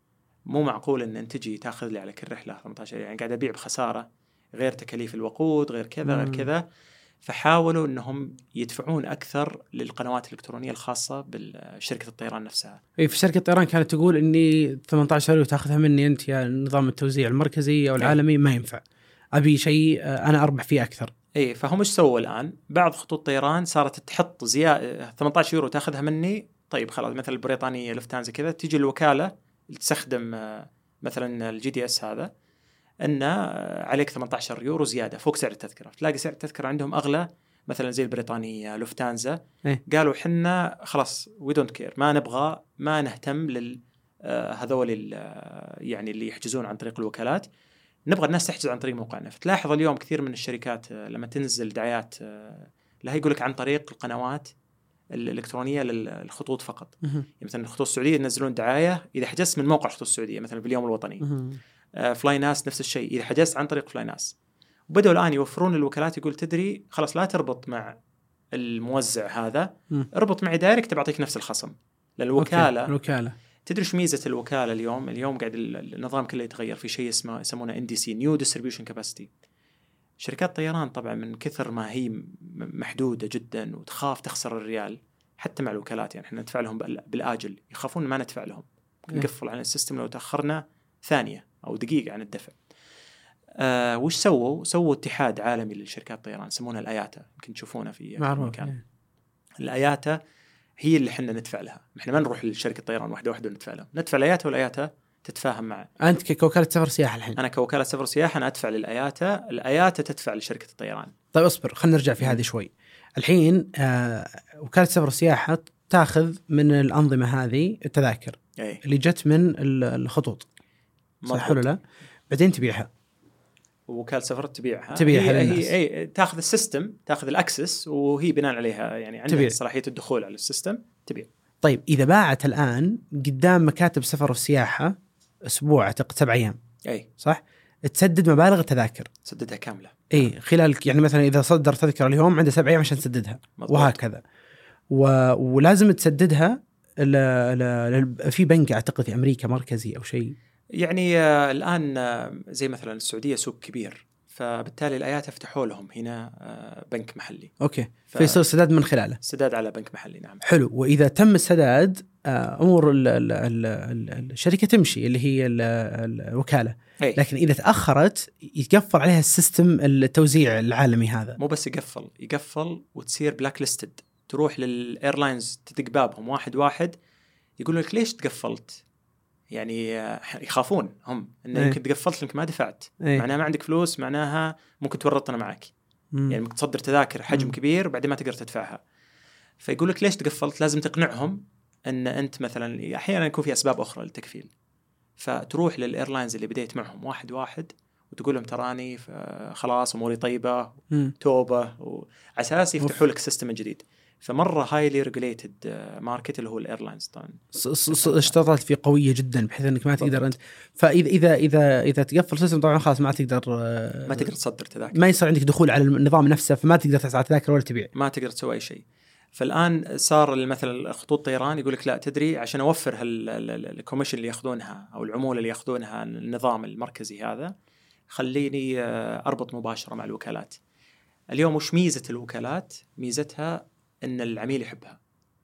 مو معقول أن أنت تجي تأخذ لي على كل رحلة ثمانية عشر، يعني قاعد أبيع بخسارة، غير تكاليف الوقود غير كذا غير كذا. فحاولوا أنهم يدفعون أكثر للقنوات الإلكترونية الخاصة بشركة الطيران نفسها. إيه في شركة الطيران كانت تقول إني ثمانية عشر يورو تأخذها مني أنت يا نظام التوزيع المركزي أو العالمي ما ينفع، أبي شيء أنا أربح فيه أكثر. إيه فهم إيش سووا الآن؟ بعض خطوط طيران صارت تحط زيادة ثمانية عشر يورو تأخذها مني، طيب خلاص مثل البريطانية لفتانزا كذا تيجي الوكالة تستخدم مثلا الجي دي اس هذا أن عليك ثمانية عشر يورو زيادة فوق سعر التذكرة. تلاقي سعر التذكرة عندهم أغلى، مثلا زي البريطانية لفتانزا. إيه؟ قالوا حنا خلاص we don't care، ما نبغى ما نهتم لل هذول يعني اللي يحجزون عن طريق الوكالات، نبغى الناس تحجز عن طريق موقعنا. فتلاحظ اليوم كثير من الشركات لما تنزل دعايات لها يقول لك عن طريق القنوات الإلكترونية للخطوط فقط. يعني مثلا الخطوط السعودية ينزلون دعاية إذا حجزت من موقع الخطوط السعودية مثلا في اليوم الوطني. آه فلاي ناس نفس الشيء إذا حجزت عن طريق فلاي ناس. وبدأوا الآن يوفرون الوكالات، يقول تدري خلاص لا تربط مع الموزع هذا، م. اربط معي دايركت تعطيك نفس الخصم. للوكالة الوكالة تدري شو ميزة الوكالة اليوم؟ اليوم قاعد النظام كله يتغير في شيء اسمه يسمونه إن دي سي New Distribution Capacity. شركات طيران طبعا من كثر ما هي محدودة جدا وتخاف تخسر الريال حتى مع الوكالات، يعني احنا ندفع لهم بالآجل، يخافون ما ندفع لهم، نقفل عن السيستم لو تأخرنا ثانية أو دقيقة عن الدفع. آه وش سووا؟ سووا اتحاد عالمي للشركات الطيران يسمونه الآياتا، يمكن تشوفونه في مكان. الآياتا هي اللي حنا ندفع لها، احنا ما نروح لشركة طيران واحدة واحدة وندفع لهم، ندفع الآياتا والآياتا تتفاهم معه. أنت كوكالة سفر سياحة الحين؟ أنا كوكالة سفر سياحة أنا أدفع للآياتا، الآياتا تدفع لشركة الطيران. طيب أصبر خلينا نرجع في هذه شوي. الحين آه وكالة سفر سياحة تأخذ من الأنظمة هذه التذاكر أي. اللي جت من الخطوط، صح ولا لا؟ بعدين تبيعها ووكالة سفر تبيعها تبيعها هي, للناس. هي, هي تاخذ السيستم، تاخذ الاكسس، وهي بناء عليها يعني عندها تبيع. صلاحية الدخول على السيستم تبيع. طيب إذا باعت الآن قدام مكاتب سفر والسياحة أسبوع أعتقد سبع أيام أي صح؟ تسدد مبالغ التذاكر، تسددها كاملة. اي خلال يعني مثلا اذا صدر تذكره اليوم عنده سبع ايام عشان تسددها. مضبوط. وهكذا و... ولازم تسددها ل... ل... ل... في بنك اعتقد في امريكا مركزي او شيء. يعني آه الان آه زي مثلا السعوديه سوق كبير، فبالتالي الايات يفتحوا لهم هنا آه بنك محلي. اوكي ف... فيصير سداد من خلاله. سداد على بنك محلي نعم. حلو. واذا تم السداد آه امور ال... ال... ال... ال... الشركه تمشي اللي هي ال... ال... الوكاله. أي. لكن اذا تاخرت يتقفل عليها السيستم التوزيع العالمي هذا. مو بس يقفل يقفل وتصير بلاك ليستد، تروح للايرلاينز تدق بابهم واحد واحد يقولوا لك ليش تقفلت، يعني يخافون هم انه يمكن تقفلت لك ما دفعت. أي. معناها ما عندك فلوس، معناها ممكن تورطنا معك. مم. يعني ممكن تصدر تذاكر حجم مم. كبير بعدين ما تقدر تدفعها، فيقول لك ليش تقفلت. لازم تقنعهم ان انت مثلا احيانا يكون في اسباب اخرى للتقفيل، فتروح للايرلاينز اللي بديت معهم واحد واحد وتقول لهم تراني خلاص اموري طيبه مم. توبه، وعساس يفتحوا لك سيستم جديد. فمره هايلي ريجوليتد ماركت اللي هو الايرلاينز طبعا. اشتغلت فيه قويه جدا بحيث انك ما تقدر انت، فاذا اذا اذا اذا تقفل سيستم طبعا خلاص ما تقدر ما تقدر تصدر تذاكر، ما يصير عندك دخول على النظام نفسه، فما تقدر تسعى تذاكر ولا تبيع، ما تقدر تسوي اي شيء. فالان صار مثلا خطوط طيران يقول لك لا تدري عشان اوفر هالكوميشن اللي ياخذونها او العموله اللي ياخذونها النظام المركزي هذا، خليني اربط مباشره مع الوكالات. اليوم وش ميزه الوكالات؟ ميزتها ان العميل يحبها،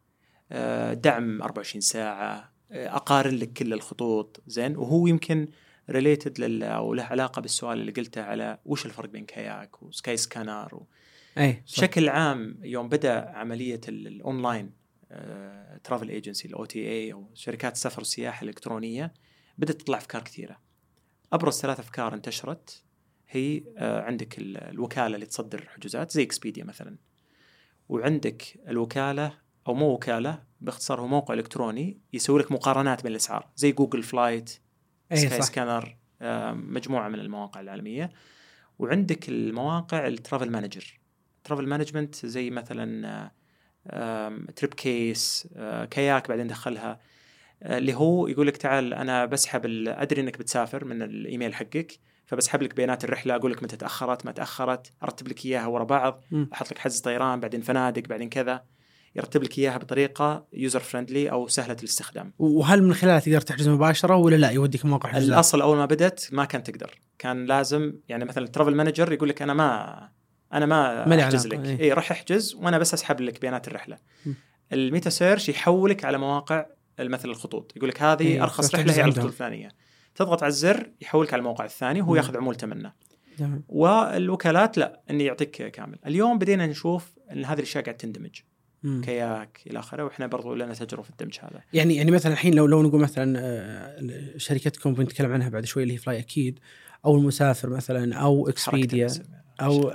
دعم أربعة وعشرين ساعة، اقارن لك كل الخطوط زين. وهو يمكن ريليتد لل او له علاقه بالسؤال اللي قلته على وش الفرق بين كاياك وسكاي سكانر و... أي بشكل عام يوم بدأ عملية الأونلاين ترافل ايجنسي الأو تي إيه أو شركات السفر والسياحة الإلكترونية، بدأت تطلع أفكار كثيرة. أبرز ثلاث أفكار انتشرت هي آه عندك الوكالة اللي تصدر حجوزات زي إكسبيديا مثلا، وعندك الوكالة أو مو وكالة باختصار هو موقع إلكتروني يسوي لك مقارنات بين الأسعار زي جوجل فلايت، سكاي سكانر، آه مجموعة من المواقع العالمية. وعندك المواقع الترافل مانجر، ترافل مانجمنت زي مثلا تريب كيس، كاياك بعدين دخلها، اللي هو يقول لك تعال أنا بسحب أدري إنك بتسافر من الإيميل حقك، فبسحب لك بيانات الرحلة، أقول لك متى تأخرت ما تأخرت، أرتب لك إياها ورا بعض، أحط لك حجز طيران بعدين فنادق بعدين كذا، يرتب لك إياها بطريقة يوزر فريندلي أو سهلة الاستخدام. وهل من خلالها تقدر تحجز مباشرة ولا لا يوديك موقع حجز؟ الأصل أول ما بدأت ما كان تقدر، كان لازم يعني مثلا الترافل مانجر يقول لك أنا ما أنا ما أحجز لك، إيه راح أحجز وأنا بس أسحب لك بيانات الرحلة. م. الميتا سيرش يحولك على مواقع مثل الخطوط، يقول لك هذه إيه أرخص رحلة هي على الخطوط الفلانية، تضغط على الزر يحولك على الموقع الثاني وهو م. يأخذ عمولته منه. جميل. والوكالات لا إني يعطيك كامل. اليوم بدينا نشوف أن هذه الأشياء قاعد تندمج، م. كاياك إلى آخره، وإحنا برضو لنا تجربة في الدمج هذا. يعني يعني مثلا الحين لو لو نقول مثلا شركتكم بنتكلم عنها بعد شوي اللي هي فلاي أكيد أو المسافر مثلا أو إكسبيديا أو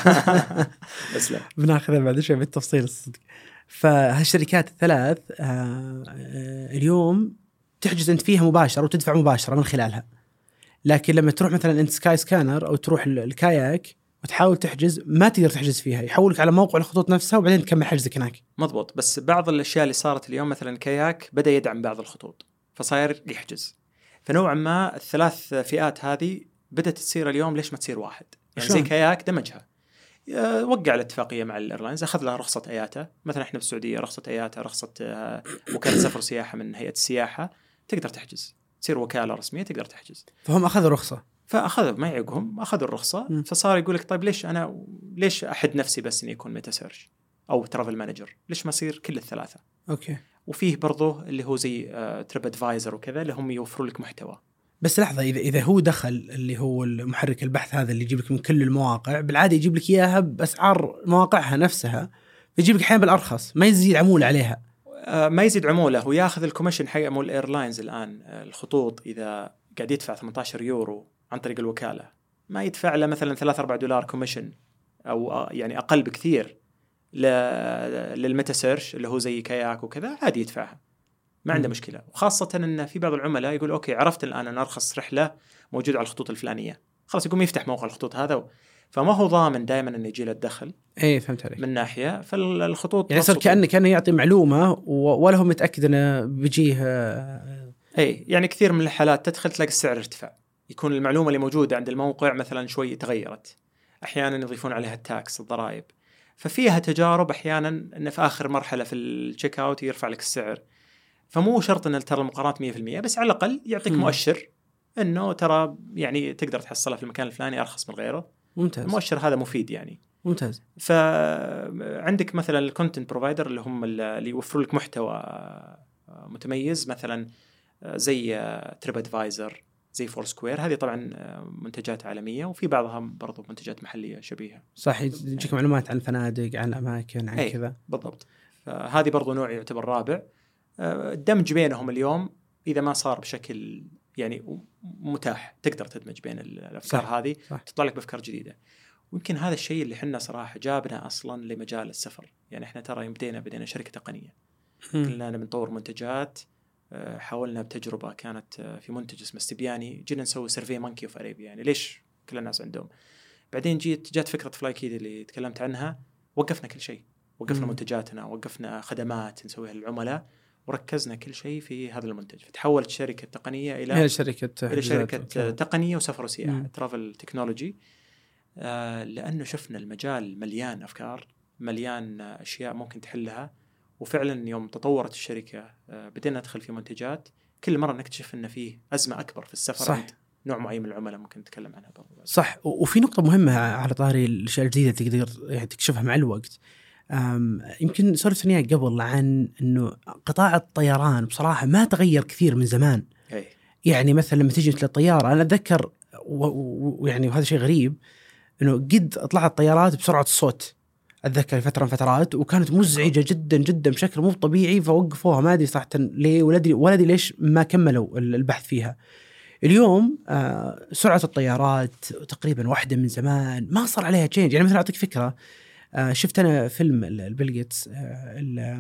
بس لا بناخذها بعد شوي بالتفصيل الصدق. فهالشركات الثلاث آه اليوم تحجز أنت فيها مباشرة وتدفع مباشرة من خلالها، لكن لما تروح مثلا أنت سكاي سكانر أو تروح الكاياك وتحاول تحجز ما تقدر تحجز فيها، يحولك على موقع الخطوط نفسها وبعدين تكمل حجزك هناك. مضبوط. بس بعض الأشياء اللي صارت اليوم مثلا كاياك بدأ يدعم بعض الخطوط فصاير يحجز، فنوعا ما الثلاث فئات هذه بدأت تصير اليوم ليش ما تصير واحد، يعني زي كاياك دمجها، وقع الاتفاقية مع الإيرلاينز، أخذ لها رخصة أياتا، مثلا إحنا في السعودية رخصة أياتا، رخصة وكالة سفر وسياحة من هيئة السياحة، تقدر تحجز، تصير وكالة رسمية تقدر تحجز. فهم أخذوا رخصة، فأخذوا ما يعقهم أخذوا الرخصة. م. فصار يقول لك طيب ليش أنا ليش أحد نفسي بس إني يكون ميتا سيرش أو ترافل مانجر، ليش ما يصير كل الثلاثة؟ أوكي. وفيه برضه اللي هو زي تريب أدفايزر وكذا اللي هم يوفروا لك محتوى. بس لحظة، إذا إذا هو دخل اللي هو المحرك البحث هذا اللي يجيب لك من كل المواقع، بالعادة يجيب لك إياها بأسعار مواقعها نفسها، يجيب لك حين بالأرخص، ما يزيد عمولة عليها. آه ما يزيد عمولة، ويأخذ الكوميشن حق مول الإيرلاينز الآن. الخطوط إذا قاعد يدفع ثمانية عشر يورو عن طريق الوكالة، ما يدفع له مثلا ثلاثة أربعة دولار كوميشن، أو يعني أقل بكثير للميتا سيرش اللي هو زي كاياك وكذا، عادي يدفعها ما عنده مشكلة. وخاصة أن في بعض العملاء يقول أوكي عرفت الآن أن أرخص رحلة موجودة على الخطوط الفلانية، خلاص يقوم يفتح موقع الخطوط هذا و... فما هو ضامن دائما انه يجي له الدخل. ايه فهمت عليك. من ناحيه فالخطوط يعني صار كأنه كأنه يعطي معلومه ولا هو متاكد انه بيجيه. اي يعني كثير من الحالات تدخل تلاقي السعر ارتفع، يكون المعلومه اللي موجوده عند الموقع مثلا شوي تغيرت، احيانا يضيفون عليها التاكس الضرائب، ففيها تجارب احيانا انه في اخر مرحله في التشيك اوت يرفع لك السعر. فمو شرط ان ترى المقارنات مية بالمية، بس على الاقل يعطيك مؤشر انه ترى يعني تقدر تحصلها في المكان الفلاني ارخص من غيره. ممتاز. المؤشر هذا مفيد يعني. ممتاز. فعندك مثلا الكونتنت بروفايدر اللي هم اللي يوفروا لك محتوى متميز، مثلا زي تريب ادفايزر، زي فور سكوير، هذه طبعا منتجات عالمية وفي بعضها برضو منتجات محلية شبيهة. صح، يجيك معلومات عن الفنادق، عن الأماكن، عن كذا. بالضبط. فهذه برضو نوع يعتبر رابع. الدمج بينهم اليوم إذا ما صار بشكل يعني متاح تقدر تدمج بين الأفكار صح. هذه صح. تطلع لك بأفكار جديدة. ويمكن هذا الشيء اللي حنا صراحة جابنا أصلا لمجال السفر. يعني إحنا ترى بدينا بدينا شركة تقنية، قلنا أنا بنطور منتجات، حاولنا بتجربة كانت في منتج اسمه استبياني، جينا نسوي سيرفي مونكي اوف اريبيا، يعني ليش كل الناس عندهم. بعدين جيت جات فكرة فلاي كيد اللي تكلمت عنها، وقفنا كل شيء، وقفنا مم. منتجاتنا، وقفنا خدمات نسويها للعملاء، وركزنا كل شيء في هذا المنتج. فتحولت شركة تقنية إلى شركة إلى شركة تقنية وسفر وسياحة، ترافل تكنولوجي. آه لأنه شفنا المجال مليان أفكار، مليان أشياء ممكن تحلها. وفعلا يوم تطورت الشركة بدينا ندخل في منتجات، كل مرة نكتشف أن فيه أزمة أكبر في السفر. صح. نوع معين من العملاء ممكن نتكلم عنها برضو. صح. وفي نقطة مهمة على طاري الأشياء الجديدة تقدر يعني تكشفها مع الوقت. يمكن سولفت فيها قبل عن أنه قطاع الطيران بصراحة ما تغير كثير من زمان. أي. يعني مثلا لما تيجي مثل الطيارة، أنا أتذكر ويعني وهذا شيء غريب أنه قد طلعت طيارات بسرعة الصوت، أتذكر فترة من فترات، وكانت مزعجة جدا جدا بشكل مو طبيعي، فوقفوها ما أدري صراحة ليه، ولا أدري ولا أدري ليش ما كملوا البحث فيها. اليوم آه سرعة الطيارات تقريبا واحدة من زمان، ما صار عليها تشينج. يعني مثلا أعطيك فكرة، آه شفت أنا فيلم البيل جيتس، آه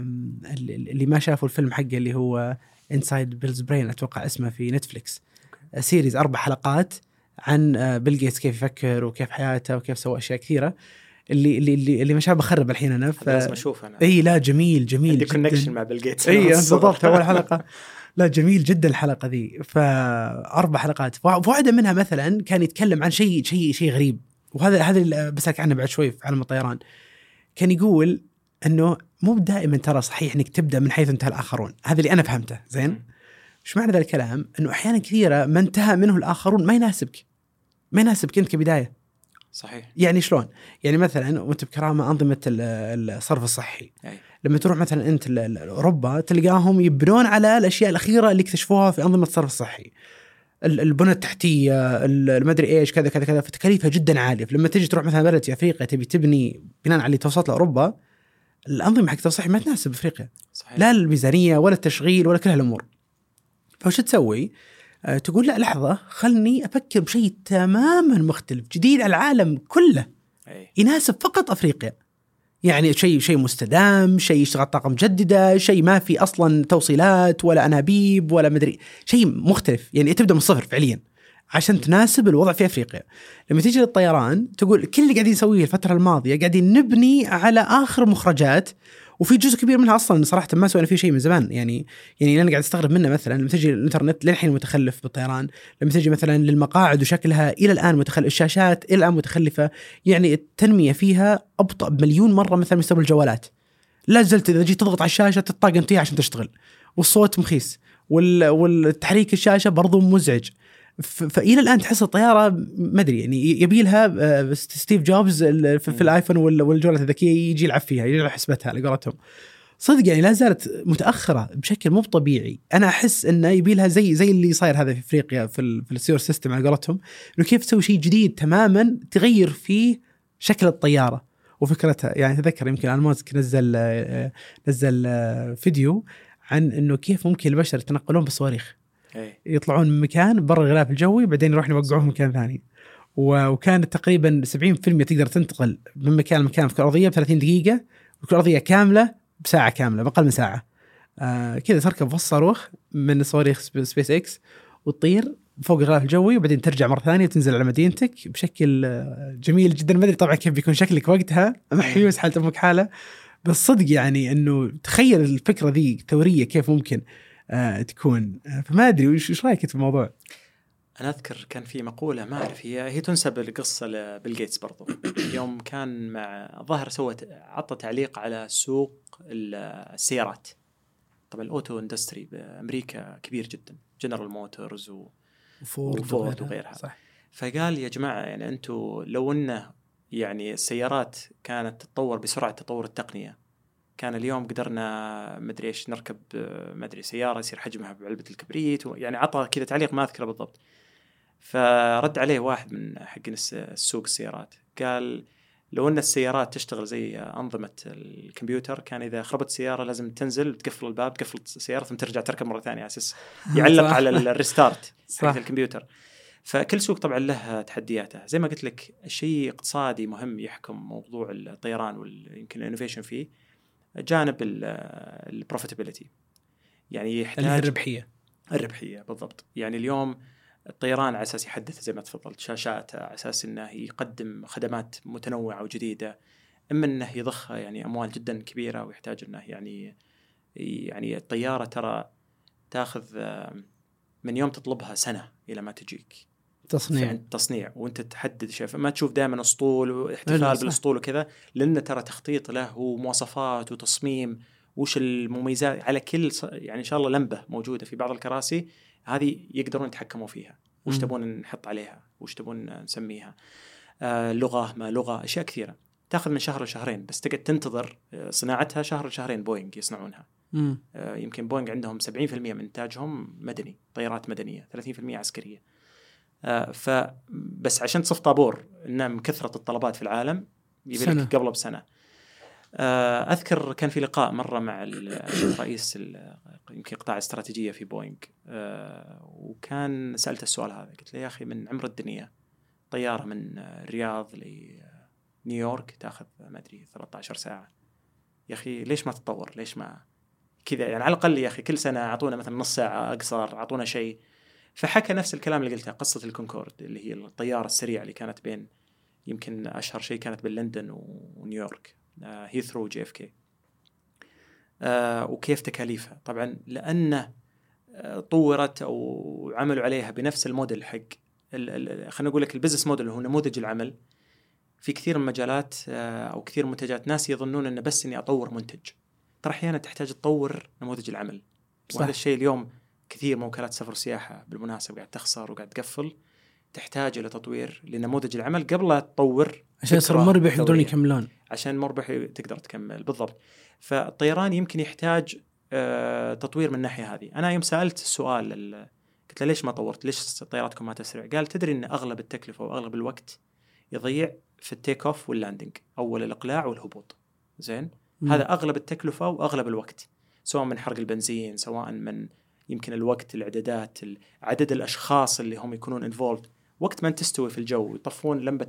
اللي ما شافوا الفيلم حقه اللي هو إنسايد بيلز برين أتوقع اسمه، في نتفليكس، آه سيريز أربع حلقات عن آه بيل جيتس، كيف يفكر وكيف حياته وكيف سوى أشياء كثيرة. اللي اللي اللي مش عارف بخرب الحين انا ف... لازم اشوف انا. اي لا جميل جميل عندي كونكشن مع بيل جيتس. اي بالضبط اول حلقه. لا جميل جدا الحلقه ذي، فاربع حلقات، واحده منها مثلا كان يتكلم عن شيء شيء شيء غريب، وهذا هذا اللي بسالك عنه بعد شوي في عالم الطيران. كان يقول انه مو دائما ترى صحيح انك تبدا من حيث انتهى الاخرون. هذا اللي انا فهمته زين. ايش معنى ذا الكلام؟ انه احيانا كثيره ما انتهى منه الاخرون ما يناسبك ما يناسبك انت كبدايه. صحيح. يعني شلون؟ يعني مثلا وانت بكرامه انظمه الصرف الصحي، أي. لما تروح مثلا انت لاوروبا تلقاهم يبنون على الاشياء الاخيره اللي اكتشفوها في انظمه الصرف الصحي، البنى التحتيه، المدري ايش كذا كذا كذا، فتكاليفها جدا عاليه. لما تيجي تروح مثلا بلد في افريقيا تبي تبني بناء على اللي توصلت لاوروبا، الانظمه حقت الصحي ما تناسب افريقيا. صحيح. لا الميزانيه ولا التشغيل ولا كل هالامور. فوش تسوي؟ تقول لا لحظة، خلني أفكر بشيء تماما مختلف جديد على العالم كله، يناسب فقط أفريقيا. يعني شيء شيء مستدام، شيء يشتغل طاقة مجددة، شيء ما في أصلا توصيلات ولا أنابيب ولا مدري، شيء مختلف. يعني تبدأ من الصفر فعليا عشان تناسب الوضع في أفريقيا. لما تيجي للطيران تقول كل اللي قاعدين نسويه الفترة الماضية قاعدين نبني على آخر مخرجات، وفي جزء كبير منها أصلاً صراحة ما سوينا فيه شيء من زمان. يعني يعني أنا قاعد أستغرب منه. مثلاً لما تجي الإنترنت للحين متخلف بالطيران، لما تجي مثلاً للمقاعد وشكلها إلى الآن متخلف، الشاشات إلى الآن متخلفة. يعني التنمية فيها أبطأ بمليون مرة مثلاً مستوى الجوالات. لا زلت إذا جيت تضغط على الشاشة تطاقم فيها عشان تشتغل، والصوت مخيس، وال والتحريك الشاشة برضو مزعج. فإلى الآن تحس الطيارة ما أدري يعني يبيلها ستيف جوبز في الآيفون والجوالات الذكية يجي يلعب فيها، يجي يلعب حسبتها على قولتهم. صدق يعني لا زالت متأخرة بشكل مو طبيعي. أنا أحس إنه يبيلها زي زي اللي صاير هذا في أفريقيا في في السيور سيستم على قولتهم، إنه كيف تسوي شيء جديد تماما تغير فيه شكل الطيارة وفكرتها. يعني تذكر يمكن أنا ماسك نزل نزل فيديو عن إنه كيف ممكن البشر يتنقلون بالصواريخ، يطلعون من مكان برا الغلاف الجوي بعدين يروحون يوقعوه مكان ثاني. وكانت تقريبا سبعين بالمئة تقدر تنتقل من مكان لمكان في الأرضية بثلاثين دقيقة، والكرة الأرضية كاملة بساعة كاملة، بأقل من ساعة. آه كذا تركب في الصاروخ من صواريخ سبيس إكس وتطير فوق الغلاف الجوي وبعدين ترجع مرة ثانية وتنزل على مدينتك بشكل جميل جدا. ما أدري طبعا كيف بيكون شكلك وقتها، محيوس حالة أمك حالة، بس صدق يعني إنه تخيل الفكرة ذي ثورية كيف ممكن آه تكون. آه فما أدري وش رأيك في الموضوع؟ أنا أذكر كان في مقولة ما أعرف هي هي تنسب القصة لبيل جيتس برضو يوم كان مع ظهر سوت عطى تعليق على سوق السيارات. طبعا الأوتو إندستري بأمريكا كبير جدا، جنرال موتورز و وفورد, وفورد وغيرها. صح. فقال يا جماعة يعني أنتوا لو أنه يعني السيارات كانت تتطور بسرعة تطور التقنية، كان اليوم قدرنا مدري إيش نركب مدري سيارة يصير حجمها بعلبة الكبريت، يعني عطى كذا تعليق ما أذكره بالضبط. فرد عليه واحد من حق السوق السيارات قال لو أن السيارات تشتغل زي أنظمة الكمبيوتر، كان إذا خربت سيارة لازم تنزل تقفل الباب تقفل السيارة ثم ترجع تركب مرة ثانية أساس يعلق على الريستارت حق الكمبيوتر. فكل سوق طبعا له تحدياته. زي ما قلت لك الشيء اقتصادي مهم يحكم موضوع الطيران ويمكن الانوفيشن فيه، جانب البروفيتابيلتي يعني يحتاج الربحية. الربحية بالضبط. يعني اليوم الطيران على أساس يحدث زي ما تفضلت شاشات، على أساس أنه يقدم خدمات متنوعة وجديدة، إما أنه يضخ يعني أموال جدا كبيرة ويحتاج أنه يعني يعني الطيارة ترى تأخذ من يوم تطلبها سنة إلى ما تجيك تصنيع تصنيع وأنت تحدد شيء. فما تشوف دائما أسطول واحتفال بالأسطول وكذا، لأن ترى تخطيط له ومواصفات وتصميم وش المميزات على كل يعني إن شاء الله لمبة موجودة في بعض الكراسي هذه يقدرون يتحكموا فيها، وش تبون نحط عليها وش تبون نسميها، آه لغة ما لغة، أشياء كثيرة تأخذ من شهر لشهرين، بس تقعد تنتظر صناعتها شهر لشهرين. بوينغ يصنعونها، آه يمكن بوينغ عندهم سبعين في المية من إنتاجهم مدني، طيارات مدنية، ثلاثين في المية عسكرية. آه فبس عشان تصف طابور إنها كثرة الطلبات في العالم يبيلك قبل بسنة. آه أذكر كان في لقاء مرة مع الرئيس يمكن قطاع استراتيجية في بوينغ، آه وكان سألت السؤال هذا، قلت له يا أخي من عمر الدنيا طيارة من الرياض لنيويورك تأخذ ما أدري ثلاثة عشر ساعة، يا أخي ليش ما تتطور؟ ليش ما كذا يعني؟ على الأقل يا أخي كل سنة أعطونا مثلا نص ساعة أقصر، أعطونا شيء. فحكى نفس الكلام اللي قلته، قصة الكونكورد اللي هي الطيارة السريعة اللي كانت بين يمكن أشهر شيء كانت بين لندن ونيويورك، آه هيثرو جي اف كي، آه وكيف تكاليفها. طبعا لأن آه طورت أو عملوا عليها بنفس الموديل حق خلينا نقول لك البزنس موديل هو نموذج العمل. في كثير من مجالات آه أو كثير منتجات ناس يظنون أن بس إني أطور منتج، ترى أحيانا تحتاج تطور نموذج العمل. وهذا الشيء اليوم كثير موكلات سفر سياحة بالمناسبة قاعد تخسر وقاعد تقفل، تحتاج إلى تطوير لنموذج العمل قبل لا تطور عشان يصير مربح يقدرون يكملون، عشان مربح تقدر تكمل بالضبط. فالطيران يمكن يحتاج آه تطوير من الناحية هذه. أنا يوم سألت السؤال قلت له ليش ما طورت، ليش طياراتكم ما تسرع؟ قال تدري إن أغلب التكلفة وأغلب الوقت يضيع في التيك أوف واللاندنج، أول الإقلاع والهبوط. زين م. هذا أغلب التكلفة وأغلب الوقت، سواء من حرق البنزين، سواء من يمكن الوقت، الإعدادات، عدد الأشخاص اللي هم يكونون involved، وقت ما تستوي في الجو يطفون لمبة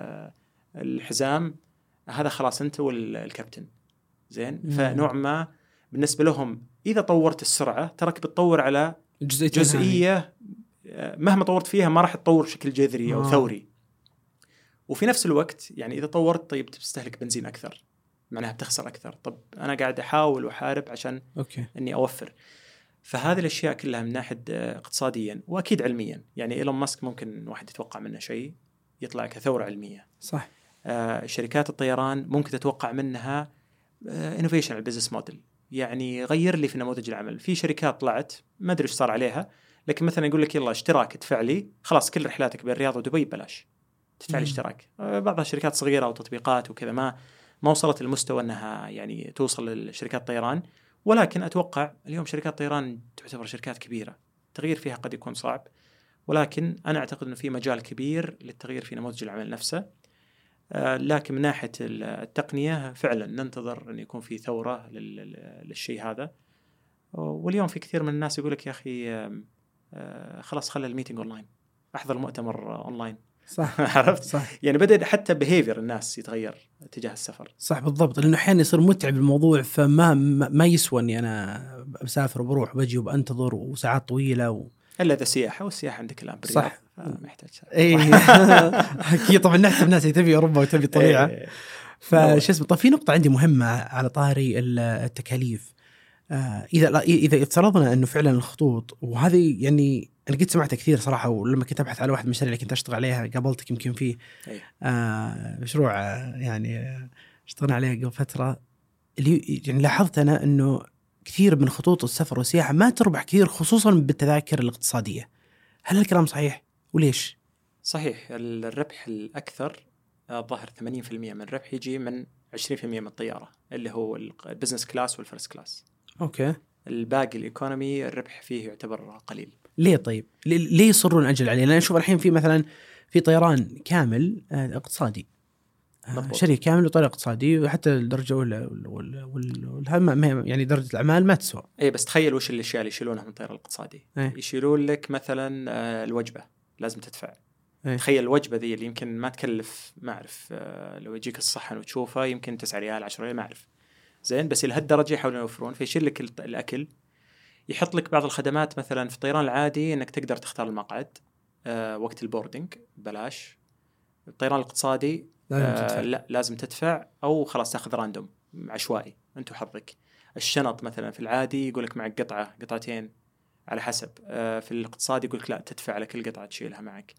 الحزام، هذا خلاص أنت والكابتن. زين مم. فنوع ما بالنسبة لهم إذا طورت السرعة ترك بتطور على جزئية, جزئية مهما طورت فيها ما راح تطور بشكل جذري أو آه. ثوري. وفي نفس الوقت يعني إذا طورت طيب تستهلك بنزين أكثر، معناها بتخسر أكثر. طب أنا قاعد أحاول وحارب عشان أوكي. أني أوفر. فهذه الأشياء كلها من ناحية اقتصاديا وأكيد علميا، يعني إيلون ماسك ممكن واحد يتوقع منه شيء يطلع كثورة علمية، صح. آه شركات الطيران ممكن تتوقع منها آه innovation على البيزنس موديل، يعني غير لي في نموذج العمل. في شركات طلعت ما أدري إيش صار عليها، لكن مثلا يقول لك يلا اشتراك ادفع لي خلاص كل رحلاتك بين الرياض ودبي بلاش، تدفع لي اشتراك. آه بعضها شركات صغيرة أو تطبيقات وكذا ما ما وصلت للمستوى أنها يعني توصل للشركات الطيران، ولكن أتوقع اليوم شركات الطيران تعتبر شركات كبيرة، التغيير فيها قد يكون صعب، ولكن أنا أعتقد أنه في مجال كبير للتغيير في نموذج العمل نفسه. آه لكن من ناحية التقنية فعلا ننتظر أن يكون في ثورة للشيء هذا. واليوم في كثير من الناس يقول لك يا أخي آه خلاص خلي الميتينج أونلاين، أحضر المؤتمر أونلاين. صح. عرفت؟ صح. يعني بدأ حتى behavior الناس يتغير تجاه السفر. صح بالضبط، لأنه أحيانا يصير متعب الموضوع، فما ما يسوى إني أنا بسافر وبروح وبجي وبأنتظر وساعات طويلة و... الا اذا سياحه، والسياحه عندك الان بالرياض صح، ما يحتاج شيء. اي اكيد طبعا نحسب ناس تبي اوروبا وتبي طبيعه. فش اسمه، طب في نقطه عندي مهمه على طاري التكاليف. آه اذا اذا افترضنا انه فعلا الخطوط، وهذه يعني انا قد سمعتها كثير صراحه، ولما كنت ابحث على واحد من المشاريع اللي كنت اشتغل عليها قابلتك يمكن فيه آه مشروع آه يعني آه اشتغلنا عليه قبل فتره، اللي يعني لاحظت انا انه كثير من خطوط السفر والسياحه ما تربح كثير، خصوصا بالتذاكر الاقتصاديه. هل الكلام صحيح وليش؟ صحيح. الربح الاكثر الظاهر ثمانين بالمئة من الربح يجي من عشرين بالمئة من الطياره، اللي هو البزنس كلاس والفرست كلاس. اوكي. الباقي الايكونومي الربح فيه يعتبر قليل. ليه طيب؟ ليه يصرون اجل عليه؟ لان نشوف الحين في مثلا في طيران كامل اقتصادي، مضبوط. شركه كامل وطيران اقتصادي، وحتى الدرجه ولا وال يعني درجه الاعمال ما تسوى. اي بس تخيل وش الاشياء اللي يشيلونها من الطيران الاقتصادي. أيه؟ يشيلون لك مثلا الوجبه، لازم تدفع. أيه؟ تخيل الوجبه ذي اللي يمكن ما تكلف، ما اعرف لو يجيك الصحن وتشوفه يمكن تسعة ريال عشرة ريال ما اعرف زين، بس لهالدرجه يحاولون يوفرون. فيشيل لك الاكل، يحط لك بعض الخدمات مثلا في الطيران العادي انك تقدر تختار المقعد آه وقت البوردنج بلاش. الطيران الاقتصادي آه لا لازم تدفع، او خلاص تاخذ راندوم عشوائي انت وحظك. الشنط مثلا في العادي يقول لك معك قطعه قطعتين على حسب، آه في الاقتصادي يقول لك لا تدفع على كل قطعه تشيلها معك.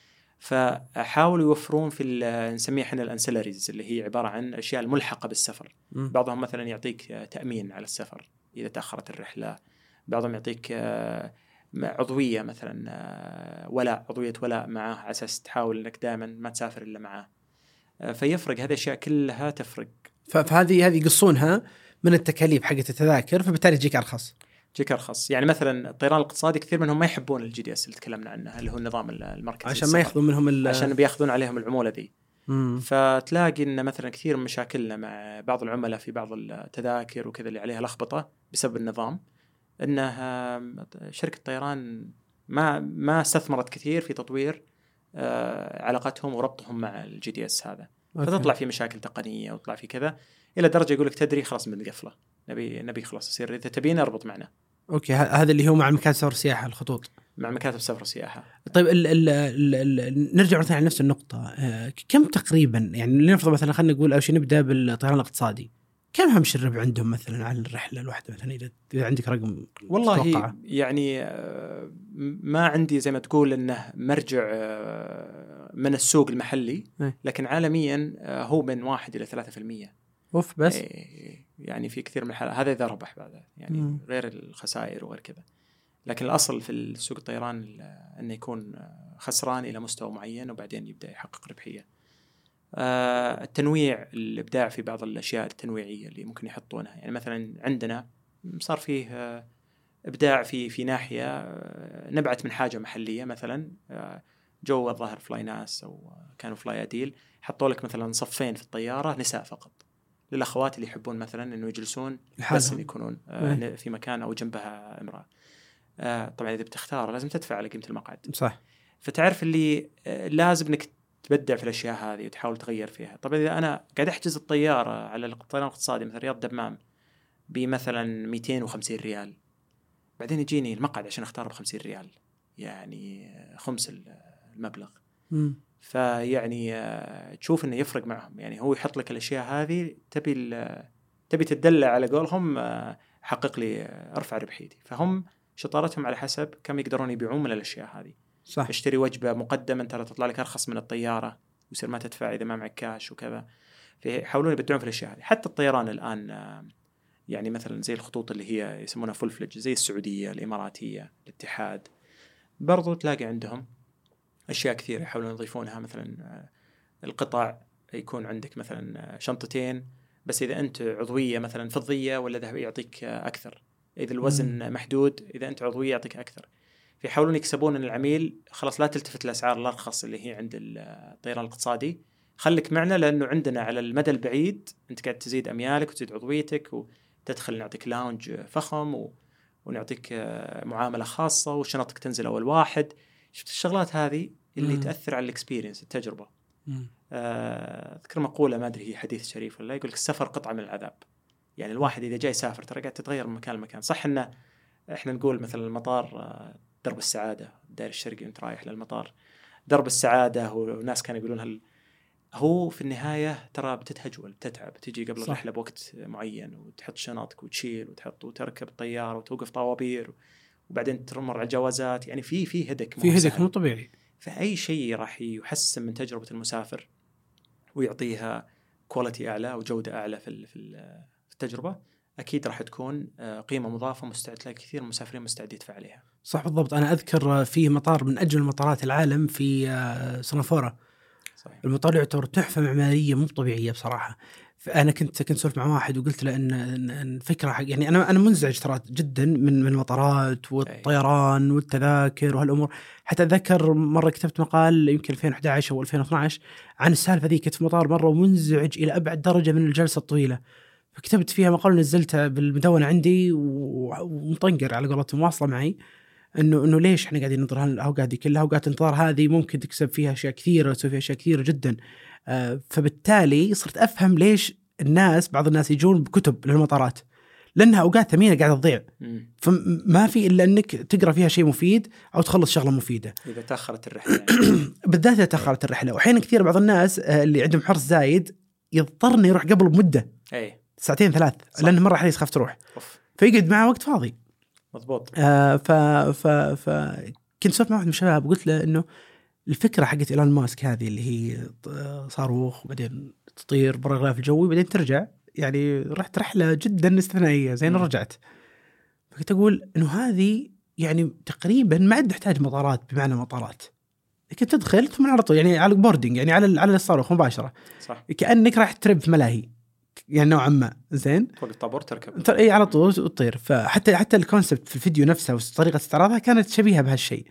فحاولوا يوفرون في نسميه احنا الانسلريز، اللي هي عباره عن اشياء الملحقه بالسفر. م. بعضهم مثلا يعطيك تامين على السفر اذا تاخرت الرحله، بعضهم يعطيك عضويه مثلا ولاء عضويه ولاء معه على اساس تحاول انك دائما ما تسافر الا معه. فيفرق، هذه الاشياء كلها تفرق. فهذه هذه يقصونها من التكاليف حقت التذاكر، فبالتالي تجيك ارخص. تجيك ارخص. يعني مثلا الطيران الاقتصادي كثير منهم ما يحبون الجي دي اس اللي تكلمنا عنه، اللي هو النظام المركزي عشان ما ياخذون منهم، عشان بياخذون عليهم العموله ذي. فتلاقي ان مثلا كثير من مشاكلنا مع بعض العملاء في بعض التذاكر وكذا اللي عليها لخبطه بسبب النظام، انها شركه الطيران ما ما استثمرت كثير في تطوير آه علاقتهم وربطهم مع الجي دي اس هذا. أوكي. فتطلع في مشاكل تقنيه وتطلع في كذا، الى درجه يقول لك تدري خلاص بنقفله، نبي نبي خلاص يصير اذا تبين اربط معنا. اوكي. هذا اللي هو مع مكاتب سفر السياحه، الخطوط مع مكاتب سفر السياحه. طيب ال ال ال ال نرجع مثلا على نفس النقطه. آه كم تقريبا، يعني لنفرض مثلا خلينا نقول اول شيء نبدا بالطيران الاقتصادي، كم همش الربح عندهم مثلا على الرحله الواحده مثلا، اذا اذا عندك رقم؟ والله تتوقعه؟ يعني ما عندي زي ما تقول انه مرجع من السوق المحلي، لكن عالميا هو من واحد الى ثلاثة في المية. اوف بس يعني في كثير من الحالات هذا اذا ربح بعد، يعني م. غير الخسائر وغير كذا. لكن الاصل في السوق الطيران انه يكون خسران الى مستوى معين وبعدين يبدا يحقق ربحيه. آه التنويع، الابداع في بعض الاشياء التنويعيه اللي ممكن يحطونها. يعني مثلا عندنا صار فيه آه ابداع في في ناحيه آه نبعت من حاجه محليه. مثلا آه جو الظاهر فلاي ناس او كانوا فلاي اديل، حطوا لك مثلا صفين في الطياره نساء فقط، للاخوات اللي يحبون مثلا انه يجلسون بس يكونون آه في مكان او جنبها امراه. آه طبعا اذا بتختار لازم تدفع على قيمه المقعد. صح. فتعرف اللي آه لازم انك تبدع في الاشياء هذه وتحاول تغير فيها. طبعا اذا انا قاعد احجز الطياره على الطيران الاقتصادي مثلا رياض دمام بمثلا مئتين وخمسين ريال، بعدين يجيني المقعد عشان اختاره بخمسين ريال، يعني خمس المبلغ. م. فيعني آه تشوف انه يفرق معهم. يعني هو يحط لك الاشياء هذه، تبي تبي تدلع على قولهم آه حقق لي آه ارفع ربحيتي. فهم شطارتهم على حسب كم يقدرون يبيعون من الاشياء هذه. صح. اشتري وجبة مقدما ترى تطلع لك أرخص من الطيارة، ويصير ما تدفع إذا ما معك كاش وكذا. فيحاولون يبدعون في الأشياء هذه. حتى الطيران الآن يعني مثلا زي الخطوط اللي هي يسمونها فول فلج، زي السعودية، الإماراتية، الاتحاد، برضو تلاقي عندهم أشياء كثيرة يحاولون يضيفونها. مثلا القطع يكون عندك مثلا شنطتين، بس إذا أنت عضوية مثلا فضية ولا ذهبية يعطيك أكثر، إذا الوزن م. محدود إذا أنت عضوية يعطيك أكثر. فيحاولون يكسبون من العميل، خلاص لا تلتفت الأسعار الأرخص اللي هي عند الطيران الاقتصادي، خليك معنا لأنه عندنا على المدى البعيد أنت قاعد تزيد أميالك وتزيد عضويتك وتدخل، نعطيك لاونج فخم و... ونعطيك معاملة خاصة وشنطك تنزل أول واحد. شفت الشغلات هذه اللي م. تأثر على الإكسبيرينس، التجربة. أذكر آه... مقولة ما أدري هي حديث شريف ولا، يقولك السفر قطعة من العذاب. يعني الواحد إذا جاي يسافر ترى قاعد تتغير من مكان لمكان. صح إنه إحنا نقول مثلا المطار درب السعادة الدائري الشرقي وانت رايح للمطار. درب السعادة والناس كانوا يقولون هل هو في النهاية ترى بتتهجول بتتعب، تجي قبل الرحلة بوقت معين وتحط شنطك وتشيل وتحط وتركب الطيارة وتوقف طوابير وبعدين تمر على الجوازات. يعني في في هدك في هدك مو طبيعي. فأي شيء راح يحسن من تجربة المسافر ويعطيها كواليتي أعلى وجودة أعلى في في التجربة أكيد راح تكون قيمة مضافة مستعد لها كثير المسافرين مستعد يدفع عليها. صح بالضبط. أنا أذكر في مطار من أجمل مطارات العالم في سنغافورة. صحيح. المطار يعتبر تحفة معمارية مو طبيعية بصراحة. أنا كنت كنت سولف مع واحد وقلت له إن الفكرة حق يعني أنا أنا منزعج ترى جدا من من المطارات والطيران والتذاكر وهالأمور. حتى أتذكر مرة كتبت مقال يمكن ألفين وإحدى عشر أو ألفين واثني عشر عن السالفة ذي. كنت في مطار مرة ومنزعج إلى أبعد درجة من الجلسة الطويلة، فكتبت فيها مقال ونزلتها بالمدونة عندي ومطنقر على قولتهم واصلة معي إنه إنه ليش إحنا قاعدين ننتظر هالأوقات دي كلها، أوقات انتظار هذه ممكن تكسب فيها أشياء كثيرة وتسوي فيها أشياء كثيرة جدا. آه فبالتالي صرت أفهم ليش الناس بعض الناس يجون بكتب للمطارات، لأنها أوقات ثمينة قاعدة تضيع، فما في إلا أنك تقرأ فيها شيء مفيد أو تخلص شغلة مفيدة إذا تأخرت الرحلة يعني. بالذات إذا تأخرت الرحلة. وحين كثير بعض الناس اللي عندهم حرص زايد يضطرني يروح قبل بمدة أي. ساعتين ثلاث لأن مرة حديث خاف تروح أوف. فيقعد معه وقت فاضي. مضبوط. آه ف ف ف كنت سولف مع واحد من الشباب وقلت له إنه الفكرة حقت إيلون ماسك هذه اللي هي صاروخ وبعدين تطير برا الغلاف الجوي وبعدين ترجع، يعني رحت رحلة جدا استثنائية زين رجعت. فكنت أقول إنه هذه يعني تقريبا ما عاد تحتاج مطارات بمعنى مطارات، كنت تدخل ثم على طول يعني على بوردينج يعني على على الصاروخ مباشرة. صح. كأنك راح ترب في ملاهي يعني نوعا ما زين. فوق الطابور تركب اي على طول وتطير. فحتى حتى الكونسبت في الفيديو نفسه وطريقة استعراضها كانت شبيهة بهالشيء.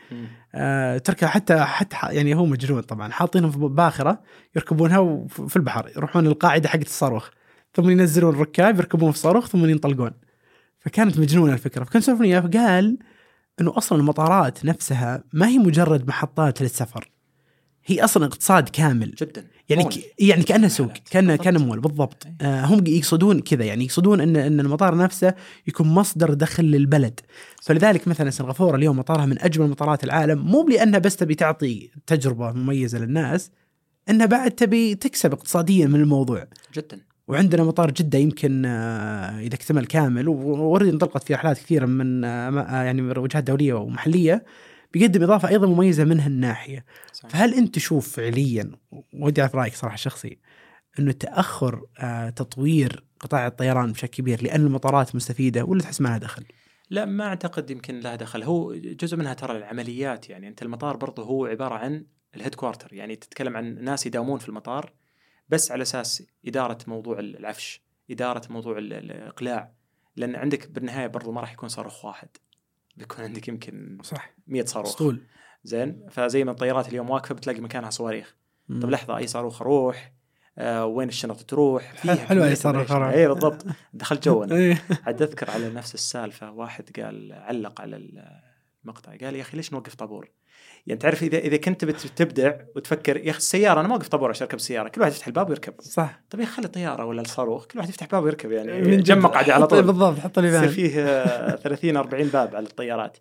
آه تركب حتى حتى يعني هو مجنون طبعا حاطينهم في باخرة يركبونها في البحر يروحون القاعدة حقت الصاروخ ثم ينزلون الركاب يركبون في الصاروخ ثم ينطلقون. فكانت مجنونة الفكرة. فكان سولفني إياه فقال إنه أصلا المطارات نفسها ما هي مجرد محطات للسفر، هي أصلا اقتصاد كامل جدا يعني ك... يعني كأنه سوق كأنه كأنه مول بالضبط. آه هم يقصدون كذا يعني يقصدون إن إن المطار نفسه يكون مصدر دخل للبلد. فلذلك مثلا سنغافورة اليوم مطارها من أجمل مطارات العالم، مو لأنها بس تبي تعطي تجربة مميزة للناس، إنها بعد تبي تكسب اقتصاديا من الموضوع جدا. وعندنا مطار جدة يمكن آه إذا اكتمل كامل وورد انطلقت في رحلات كثيرة من آه يعني من وجهات دولية ومحلية بيقدم إضافة أيضا مميزة من هالناحية. صحيح. فهل أنت تشوف فعليا ودي أعرف رأيك صراحة شخصي أنه تأخر آه تطوير قطاع الطيران بشكل كبير لأن المطارات مستفيدة ولا تحس ما لها دخل؟ لا ما أعتقد يمكن لها دخل. هو جزء منها ترى العمليات. يعني أنت المطار برضه هو عبارة عن الهيدكوارتر، يعني تتكلم عن ناس يداومون في المطار بس على أساس إدارة موضوع العفش، إدارة موضوع الإقلاع، لأن عندك بالنهاية برضه ما راح يكون صاروخ واحد، بيكون عندك يمكن صح مية صاروخ اسطول. زين. فزي ما الطيارات اليوم واقفة بتلاقي مكانها صواريخ. طب لحظة أي صاروخ أروح آه وين الشنطة تروح فيها حلوة أي صاروخ أي بالضبط. دخلت جونا. عاد أذكر على نفس السالفة واحد قال علق على المقطع قال يا أخي ليش نوقف طابور؟ يعني تعرف إذا إذا كنت بتبدع وتفكر يا أخي السيارة أنا ما أوقف طابور عشان أركب السيارة، كل واحد يفتح الباب ويركب. صح. طب يا خلي الطيارة ولا الصاروخ كل واحد يفتح باب ويركب، يعني جمع قاعدة على طول. بالضبط حط لي يصير فيه ثلاثين أربعين باب على الطيارات.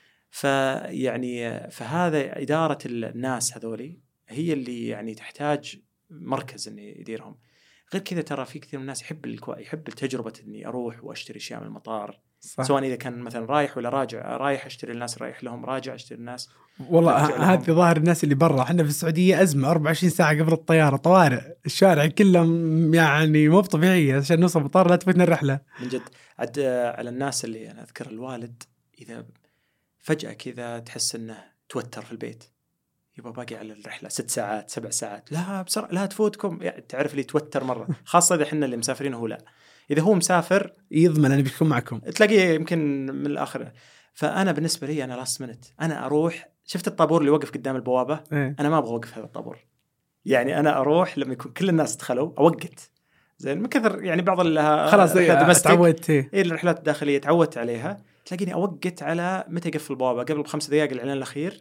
فيعني فهذا إدارة الناس هذولي هي اللي يعني تحتاج مركز إني يديرهم. غير كذا ترى في كثير من الناس يحب الكو... يحب التجربة إني أروح وأشتري أشياء من المطار. صح. سواء إذا كان مثلا رايح ولا راجع، رايح أشتري الناس رايح لهم، راجع أشتري الناس. والله هذه ظاهر الناس اللي برا. إحنا في السعودية أزمة أربعة وعشرين ساعة قبل الطيارة طوارئ، الشارع كله يعني مو طبيعية عشان نوصل المطار لا تفوتنا الرحلة من جد. عد على الناس اللي أنا أذكر الوالد إذا فجأة كذا تحس إنه توتر في البيت، يبقى باقي على الرحلة ست ساعات سبع ساعات، لا بسرعة لا تفوتكم، يعني تعرف لي توتر مرة، خاصة إذا إحنا اللي مسافرين هو لا، إذا هو مسافر يضمن أنا بيكون معكم تلاقيه يمكن من الآخر. فأنا بالنسبة لي أنا لاست منت أنا أروح، شفت الطابور اللي وقف قدام البوابة إيه؟ أنا ما أبغى أوقف هذا الطابور، يعني أنا أروح لما يكون كل الناس دخلوا أوقت زين من كثر، يعني بعض اللي خلاص تعودت إيه الرحلات الداخلية تعودت عليها، تلاقيني أوقت على متى يقفل البوابة قبل بخمس دقائق الإعلان الأخير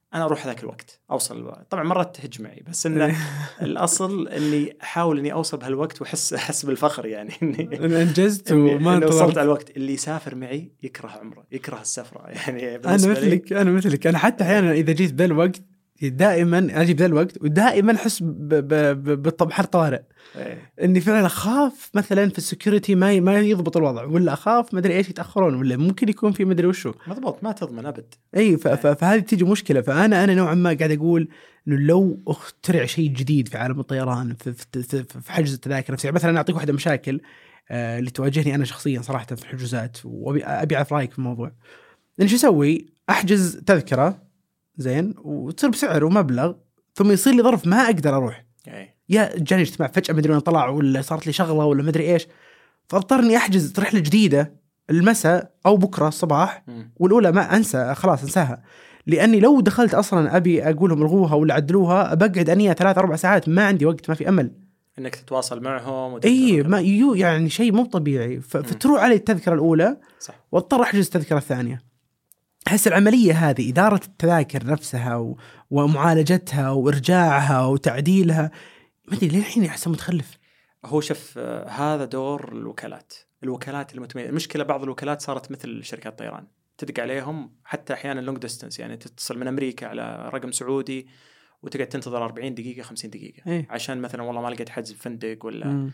أنا أروح ذاك الوقت أوصل. طبعا مرات تهج معي، بس إن الأصل إني أحاول إني أوصل بهالوقت وأحس أحس بالفخر يعني إني أنجزت وما إني وصلت على الوقت. اللي يسافر معي يكره عمره، يكره السفرة يعني. أنا مثلك أنا مثلك أنا حتى أحيانا إذا جيت ذا الوقت دائما أجيب ذا الوقت ودائما أحس بالطبحر طارئ، إيه. إني فعلا أخاف مثلا في السكيورتي ما ما يضبط الوضع، ولا أخاف ما أدري إيش يتأخرون، ولا ممكن يكون في ما أدري وشو. مضبوط، ما تضمن أبد. أي فهذه تيجي مشكلة. فأنا أنا نوعا ما قاعد أقول إنه لو اخترع شيء جديد في عالم الطيران في في, في حجز التذاكر نفسها. مثلا أعطيك واحدة مشاكل آه اللي تواجهني أنا شخصيا صراحة في الحجوزات، وأبي أبي أعرف رأيك في الموضوع. إن شو أسوي؟ أحجز تذكرة زين وتصير بسعر ومبلغ، ثم يصير لي ظرف ما أقدر أروح. أي. يا جاني اجتماع فجأة ما أدري وين طلع، ولا صارت لي شغلة ولا ما أدري إيش، فاضطرني أحجز رحلة جديدة المساء أو بكرة الصباح، والأولى ما أنسى خلاص أنساها، لأني لو دخلت أصلا أبي أقولهم الغوها ولا عدلوها بقعد أنية ثلاث أربع ساعات، ما عندي وقت، ما في أمل إنك تتواصل معهم. أي ما يو يعني شيء مو طبيعي. فتروح علي التذكرة الأولى صح، واضطر أحجز التذكرة الثانية. أحس العملية هذه إدارة التذاكر نفسها و... ومعالجتها وإرجاعها وتعديلها ما أدري ليه الحين أحس متخلف. هو شوف هذا دور الوكالات الوكالات المتميزة. المشكلة بعض الوكالات صارت مثل شركات الطيران، تدق عليهم حتى أحيانا لونج ديستنس، يعني تتصل من أمريكا على رقم سعودي وتقعد تنتظر أربعين دقيقة خمسين دقيقة إيه؟ عشان مثلا والله ما لقيت حجز بفندق ولا م.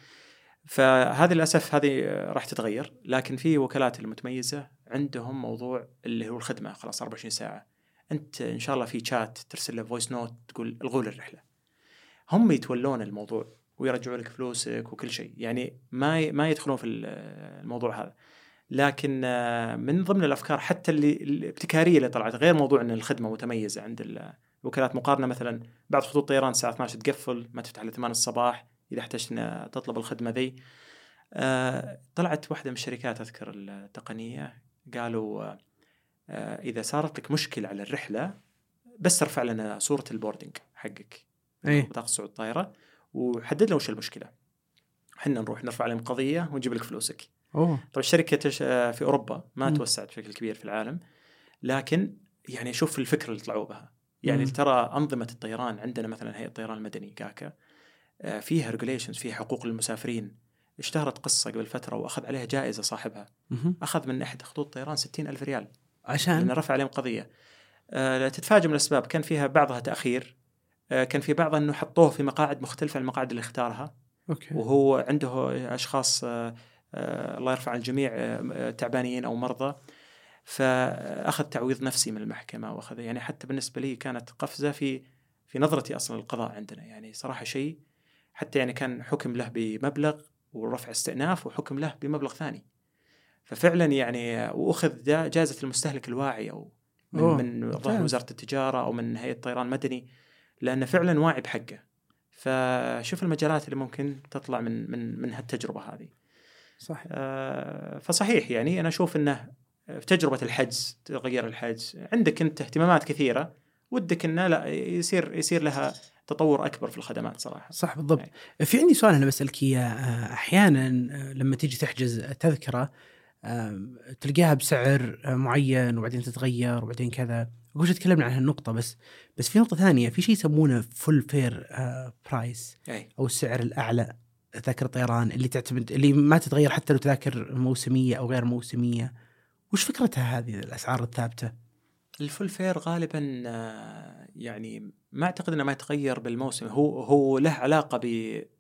فهذه للأسف هذه راح تتغير. لكن في وكالات المتميزة عندهم موضوع اللي هو الخدمة خلاص أربعة وعشرين ساعة. أنت إن شاء الله في شات ترسل له فويس نوت تقول الغوا الرحلة، هم يتولون الموضوع ويرجعوا لك فلوسك وكل شيء، يعني ما ما يدخلون في الموضوع هذا. لكن من ضمن الأفكار حتى اللي الابتكارية اللي طلعت غير موضوع أن الخدمة متميزة عند الوكالات مقارنة مثلا بعض خطوط الطيران الساعة اثناشر تقفل، ما تفتح لثمان الصباح إذا احتجنا تطلب الخدمة ذي. آه طلعت واحدة من الشركات أذكر التقنية قالوا آه إذا صارت لك مشكلة على الرحلة بس ارفع لنا صورة البوردنج حقك بطاقة صعود الطائرة وحدد لنا وش المشكلة، حنا نروح نرفع لهم قضية ونجيب لك فلوسك. أوه. طبعا الشركة في أوروبا ما م. توسعت بشكل كبير في العالم، لكن يعني شوف الفكرة اللي طلعوا بها. يعني م. ترى أنظمة الطيران عندنا مثلا هيئة الطيران المدني كاكا فيها ريجوليشنز، فيها حقوق للمسافرين. اشتهرت قصة قبل فترة وأخذ عليها جائزة صاحبها، م. أخذ من أحد خطوط الطيران ستين ألف ريال عشان لأنه رفع عليهم قضية. أه تتفاجئ من الأسباب، كان فيها بعضها تأخير، أه كان في بعضها أنه حطوه في مقاعد مختلفة عن المقاعد اللي اختارها. أوكي. وهو عنده أشخاص أه أه الله يرفع الجميع أه تعبانين أو مرضى، فأخذ تعويض نفسي من المحكمة وأخذ يعني حتى بالنسبة لي كانت قفزة في في نظرتي أصلا القضاء عندنا، يعني صراحة شيء. حتى يعني كان حكم له بمبلغ ورفع استئناف وحكم له بمبلغ ثاني، ففعلا يعني وأخذ جائزة المستهلك الواعي أو من, من ظهر وزارة التجارة أو من هيئة الطيران المدني، لأنه فعلا واعي بحقه. فشوف المجالات اللي ممكن تطلع من من من هالتجربة هذه. صح. آه فصحيح يعني أنا أشوف أنه في تجربة الحجز تغير الحجز عندك أنت اهتمامات كثيرة ودك أنه لا يصير يصير لها تطور أكبر في الخدمات صراحة. صح بالضبط. يعني. في عندي سؤال أنا بسألك إياه، أحيانا لما تيجي تحجز تذكرة تلقاها بسعر معين وبعدين تتغير وبعدين كذا، وش تكلمنا عن هالنقطة. بس بس في نقطة ثانية، في شيء يسمونه فول فير برايس أو السعر الأعلى تذاكر الطيران اللي تعتمد اللي ما تتغير حتى لو تذاكر موسمية أو غير موسمية. وش فكرتها هذه الأسعار الثابتة؟ الفول فير غالبا يعني ما أعتقد أنه ما يتغير بالموسم، هو هو له علاقة ب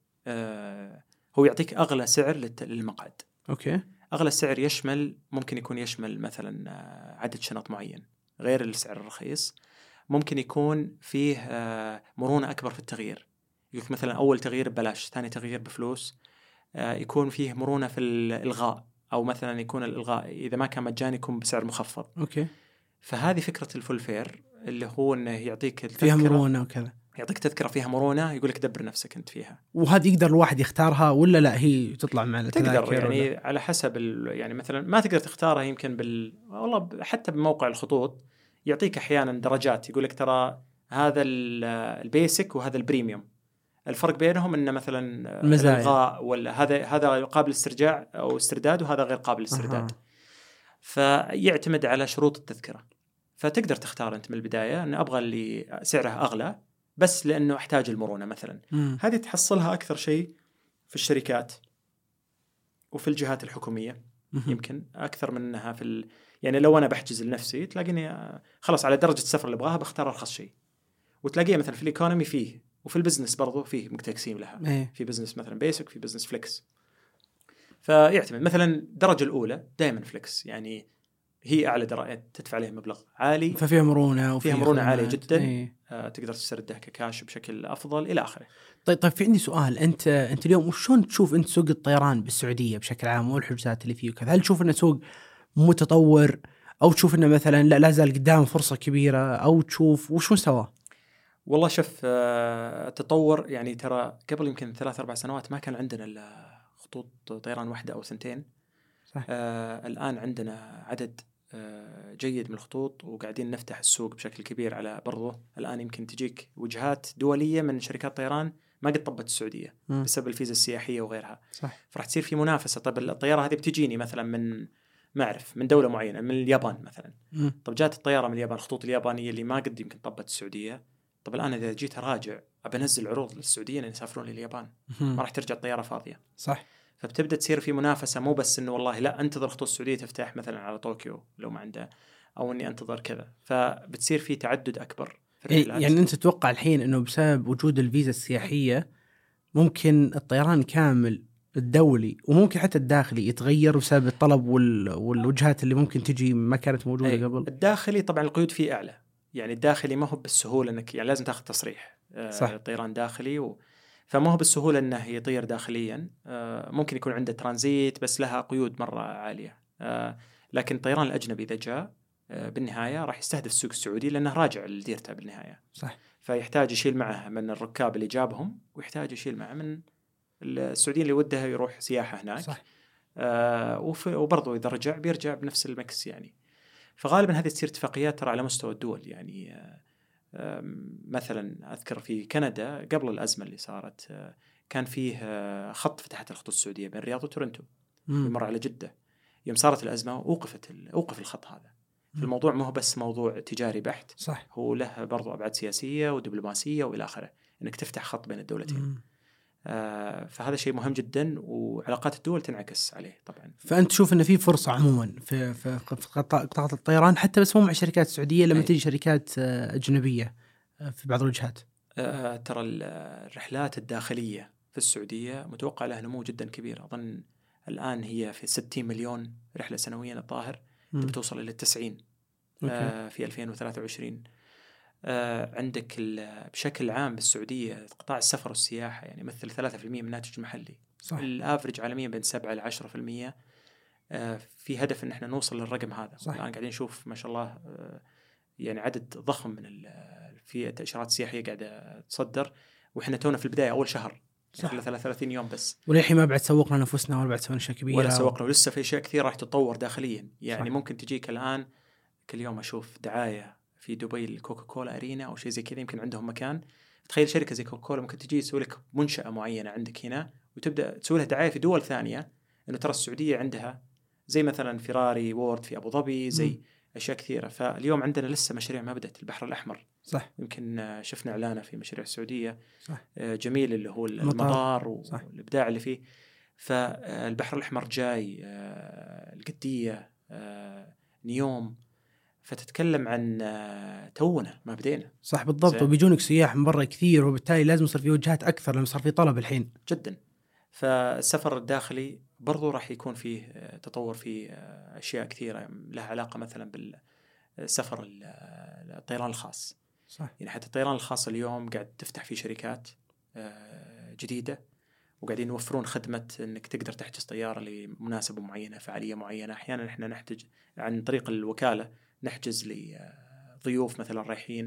هو يعطيك أغلى سعر للمقعد. أوكي. أغلى السعر يشمل ممكن يكون يشمل مثلا عدد شنط معين غير السعر الرخيص، ممكن يكون فيه مرونة أكبر في التغيير، يقولك مثلا أول تغيير ببلاش، ثاني تغيير بفلوس، يكون فيه مرونة في الإلغاء، أو مثلا يكون الإلغاء إذا ما كان مجاني يكون بسعر مخفض. أوكي. فهذه فكرة الفول فير اللي هو إنه يعطيك فيها مرونة وكذا، يعطيك تذكرة فيها مرونة، يقولك دبر نفسك أنت فيها. وهذا يقدر الواحد يختارها ولا لا هي تطلع مع التذاكر؟ تقدر يعني ولا؟ على حسب يعني مثلا ما تقدر تختارها يمكن بال والله حتى بموقع الخطوط يعطيك أحيانا درجات، يقولك ترى هذا البيسك وهذا البريميوم، الفرق بينهم إن مثلا الإلغاء ولا هذا هذا قابل استرجاع أو استرداد وهذا غير قابل استرداد. أه. فيعتمد على شروط التذكرة. فتقدر تختار أنت من البداية أن أبغى اللي سعره أغلى بس لأنه أحتاج المرونة مثلا. مم. هذه تحصلها أكثر شيء في الشركات وفي الجهات الحكومية. مم. يمكن أكثر من أنها في ال... يعني لو أنا بحجز لنفسي تلاقيني خلاص على درجة السفر اللي أبغاها بختار أرخص شيء، وتلاقيه مثلا في الإيكونومي فيه، وفي البزنس برضو فيه متقسيم لها. إيه. في بزنس مثلا بيسك، في بزنس فليكس. فيعتمد مثلا الدرجة الأولى دائما فليكس، يعني هي أعلى درجة تدفع عليه مبلغ عالي، ففيها مرونة فيها مرونة عالية جدا. إيه. آه تقدر تستردها ككاش بشكل أفضل إلى آخره. طيب طيب في عندي سؤال، أنت أنت اليوم وشون تشوف أنت سوق الطيران بالسعودية بشكل عام والحجزات اللي فيه وكذا؟ هل تشوف إنه سوق متطور أو تشوف إنه مثلا لا لا زال قدام فرصة كبيرة، أو تشوف وش مستواه؟ والله شوف، آه التطور يعني ترى قبل يمكن ثلاث أربع سنوات ما كان عندنا إلا خطوط طيران واحدة أو سنتين. صح. آه الآن عندنا عدد آه جيد من الخطوط، وقاعدين نفتح السوق بشكل كبير على برضه. الآن يمكن تجيك وجهات دولية من شركات طيران ما قد طبت السعودية م. بسبب الفيزا السياحية وغيرها. صح. فرح تصير في منافسة. طب الطيارة هذه بتجيني مثلا من ما أعرف من دولة معينة، من اليابان مثلا. م. طب جات الطيارة من اليابان، الخطوط اليابانية اللي ما قد يمكن طبت السعودية. طب الآن إذا جيت أراجع أبى أنزل عروض للسعودية أن يسافرون لليابان، ما راح ترجع الطيارة فاضية. صح. فبتبدأ تصير في منافسة، مو بس إنه والله لا أنتظر خطوط السعودية تفتح مثلا على طوكيو لو ما عنده، أو إني أنتظر كذا. فبتصير في تعدد أكبر في الرحلات. يعني أنت تتوقع الحين إنه بسبب وجود الفيزا السياحية ممكن الطيران كامل الدولي وممكن حتى الداخلي يتغير بسبب الطلب وال... والوجهات اللي ممكن تجي ما كانت موجودة أي. قبل؟ الداخلي طبعا القيود فيه أعلى، يعني الداخلي ما هو بالسهولة إنك يعني لازم تاخذ تصريح صح. آه طيران داخلي و... فما هو بالسهولة إنه يطير داخليا. آه ممكن يكون عنده ترانزيت بس لها قيود مرة عالية. آه لكن الطيران الأجنبي إذا جاء آه بالنهاية راح يستهدف السوق السعودي لأنه راجع لديرته بالنهاية. صح. فيحتاج يشيل معه من الركاب اللي جابهم، ويحتاج يشيل معه من السعوديين اللي وده يروح سياحة هناك. صح. آه وبرضه إذا رجع بيرجع بنفس المكس يعني. فغالبا هذه تصير اتفاقيات ترى على مستوى الدول يعني. آه مثلا أذكر في كندا قبل الأزمة اللي صارت آه كان فيه آه خط فتحت الخطوط السعودية بين الرياض وتورنتو يمر على جدة. يوم صارت الأزمة أوقفت أوقف الخط هذا. فالموضوع ما هو بس موضوع تجاري بحت، صح. هو له برضو أبعاد سياسية ودبلوماسية وإلى آخره، إنك تفتح خط بين الدولتين. آه فهذا شيء مهم جدا، وعلاقات الدول تنعكس عليه طبعا. فأنت تشوف إن في فرصة عموما في في قطاع الطيران حتى بس مو مع شركات سعودية لما أي. تيجي شركات أجنبية في بعض الوجهات؟ آه ترى الرحلات الداخلية في السعودية متوقع لها نمو جدا كبير. أظن الآن هي في ستين مليون رحلة سنويا الظاهر، بتوصل إلى التسعين آه في ألفين وثلاثة وعشرين. آه عندك بشكل عام بالسعودية قطاع السفر والسياحة يعني يمثل ثلاثة في المية من الناتج المحلي. صح. الافرج عالميا بين سبعة إلى عشرة في المية. آه في هدف إن إحنا نوصل للرقم هذا. صح. الآن قاعدين نشوف ما شاء الله آه يعني عدد ضخم من في التأشيرات السياحية قاعدة تصدر، وإحنا تونا في البداية أول شهر خلال ثلاثين يوم بس، وللحين ما بعد سوقنا نفسنا ولا بعد سوينا أشياء كبيرة ولا سوقنا، ولسه في أشياء كثير راح تتطور داخليا يعني. صح. ممكن تجيك الآن كل يوم أشوف دعاية في دبي الكوكا كولا أرينا أو شيء زي كذا، يمكن عندهم مكان. تخيل شركة زي كوكا كولا ممكن تجي تسوي لك منشأة معينة عندك هنا، وتبدأ تسوي لها دعاية في دول ثانية إنه ترى السعودية عندها، زي مثلا فيراري وورد في أبو ظبي، زي م. أشياء كثيرة. فاليوم عندنا لسه مشاريع ما بدأت. البحر الأحمر صح. يمكن شفنا إعلانه في مشاريع السعودية. صح. جميل اللي هو المطار والإبداع اللي فيه. فالبحر الأحمر جاي، القدية، نيوم. فتتكلم عن تونا ما بدينا. صح بالضبط. وبيجونك سياح من برا كثير، وبالتالي لازم يصير في وجهات أكثر لما صار في طلب الحين جدا. فالسفر الداخلي برضو راح يكون فيه تطور في أشياء كثيرة لها علاقة مثلا بالسفر الطيران الخاص. صح. يعني حتى الطيران الخاص اليوم قاعد تفتح فيه شركات جديدة، وقاعدين يوفرون خدمة أنك تقدر تحجز طيارة لمناسبة معينة، فعالية معينة. أحيانا إحنا نحتاج عن طريق الوكالة نحجز لضيوف مثلا رايحين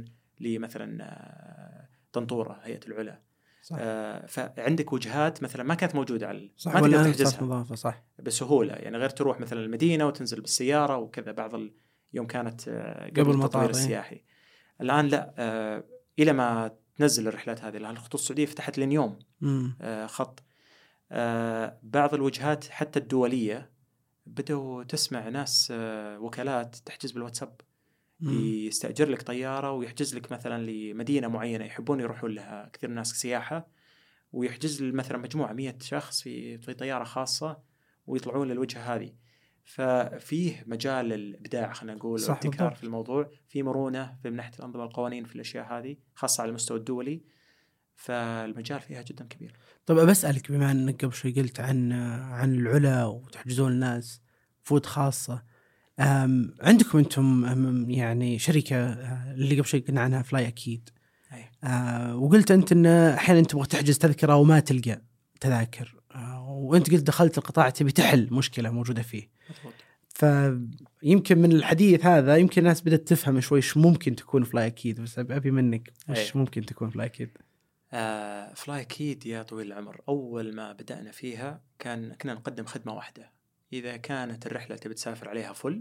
لمثلا طنطورة هيئة العلا. صح. آه فعندك وجهات مثلا ما كانت موجودة على صح. ما تقدر تحجزها مضافة. صح. بسهولة يعني، غير تروح مثلا المدينة وتنزل بالسيارة وكذا. بعض اليوم كانت آه قبل, قبل التطوير السياحي. الآن لا، آه إلى ما تنزل الرحلات هذه. الآن الخطوط السعودية فتحت لليوم آه خط. آه بعض الوجهات حتى الدولية بدأوا تسمع ناس آه وكالات تحجز بالواتساب، يستأجر لك طيارة ويحجز لك مثلا لمدينة معينة يحبون يروحون لها كثير ناس سياحة، ويحجز مثلا مجموعة مية شخص في في طيارة خاصة ويطلعون للوجهة هذه. ففيه مجال للإبداع خلينا نقول والابتكار في الموضوع، في مرونة في من ناحية الأنظمة القوانين في الأشياء هذه خاصة على المستوى الدولي، فالمجال فيها جدا كبير. طب بسألك بما أنك قبل شوي قلت عن عن العلا وتحجزون الناس فود خاصة، عندكم أنتم يعني شركة اللي قبل شوي قلنا عنها فلاي أكيد، آه وقلت أنت إن أحيانا أنت تبغى تحجز تذكرة وما تلقى تذاكر، آه وأنت قلت دخلت القطاع تبي تحل مشكلة موجودة فيه. فيمكن من الحديث هذا يمكن الناس بدأت تفهم شوي إيش ممكن تكون فلاي أكيد، بس أبي منك إيش ممكن تكون فلاي أكيد. آه فلاي أكيد يا طويل العمر، أول ما بدأنا فيها كان كنا نقدم خدمة واحدة. إذا كانت الرحلة تبي تسافر عليها فل،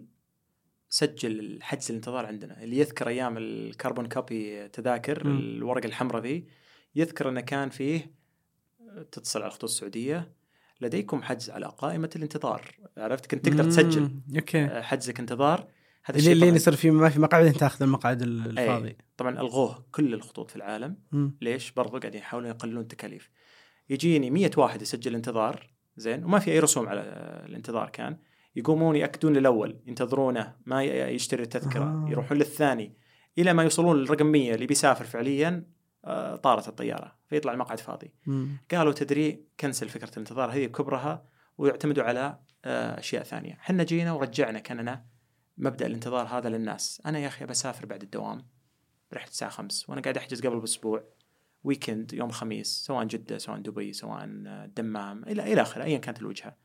سجل الحجز الانتظار عندنا. اللي يذكر أيام الكربون كوبي تذاكر م. الورقة الحمراء ذي، يذكر أنه كان فيه تتصل على الخطوط السعودية لديكم حجز على قائمة الانتظار، عرفت؟ كنت تقدر تسجل أوكي. حجزك انتظار. هذا الشيء اللي يصير فيه ما في مقعد انت تاخذ المقعد الفاضي. أي. طبعا ألغوه كل الخطوط في العالم. م. ليش؟ برضو قاعدين يحاولون يقللون التكاليف. يجيني مية واحد يسجل انتظار زين وما في أي رسوم على الانتظار، كان يقومون يأكدون للأول ينتظرونه ما يشتري التذكرة آه. يروحون للثاني إلى ما يوصلون للرقم مية اللي بيسافر فعليا. آه طارت الطيارة فيطلع المقعد فاضي. م. قالوا تدري كنسل فكرة الانتظار هذه بكبرها ويعتمدوا على آه أشياء ثانية. حنا جينا ورجعنا كاننا مبدأ الانتظار هذا للناس. أنا يا أخي بسافر بعد الدوام برحلة الساعة خمس وأنا قاعد أحجز قبل بأسبوع ويكند يوم خميس، سواء جدة سواء دبي سواء الدمام إلى إلى آخره أيا كانت الوجهة.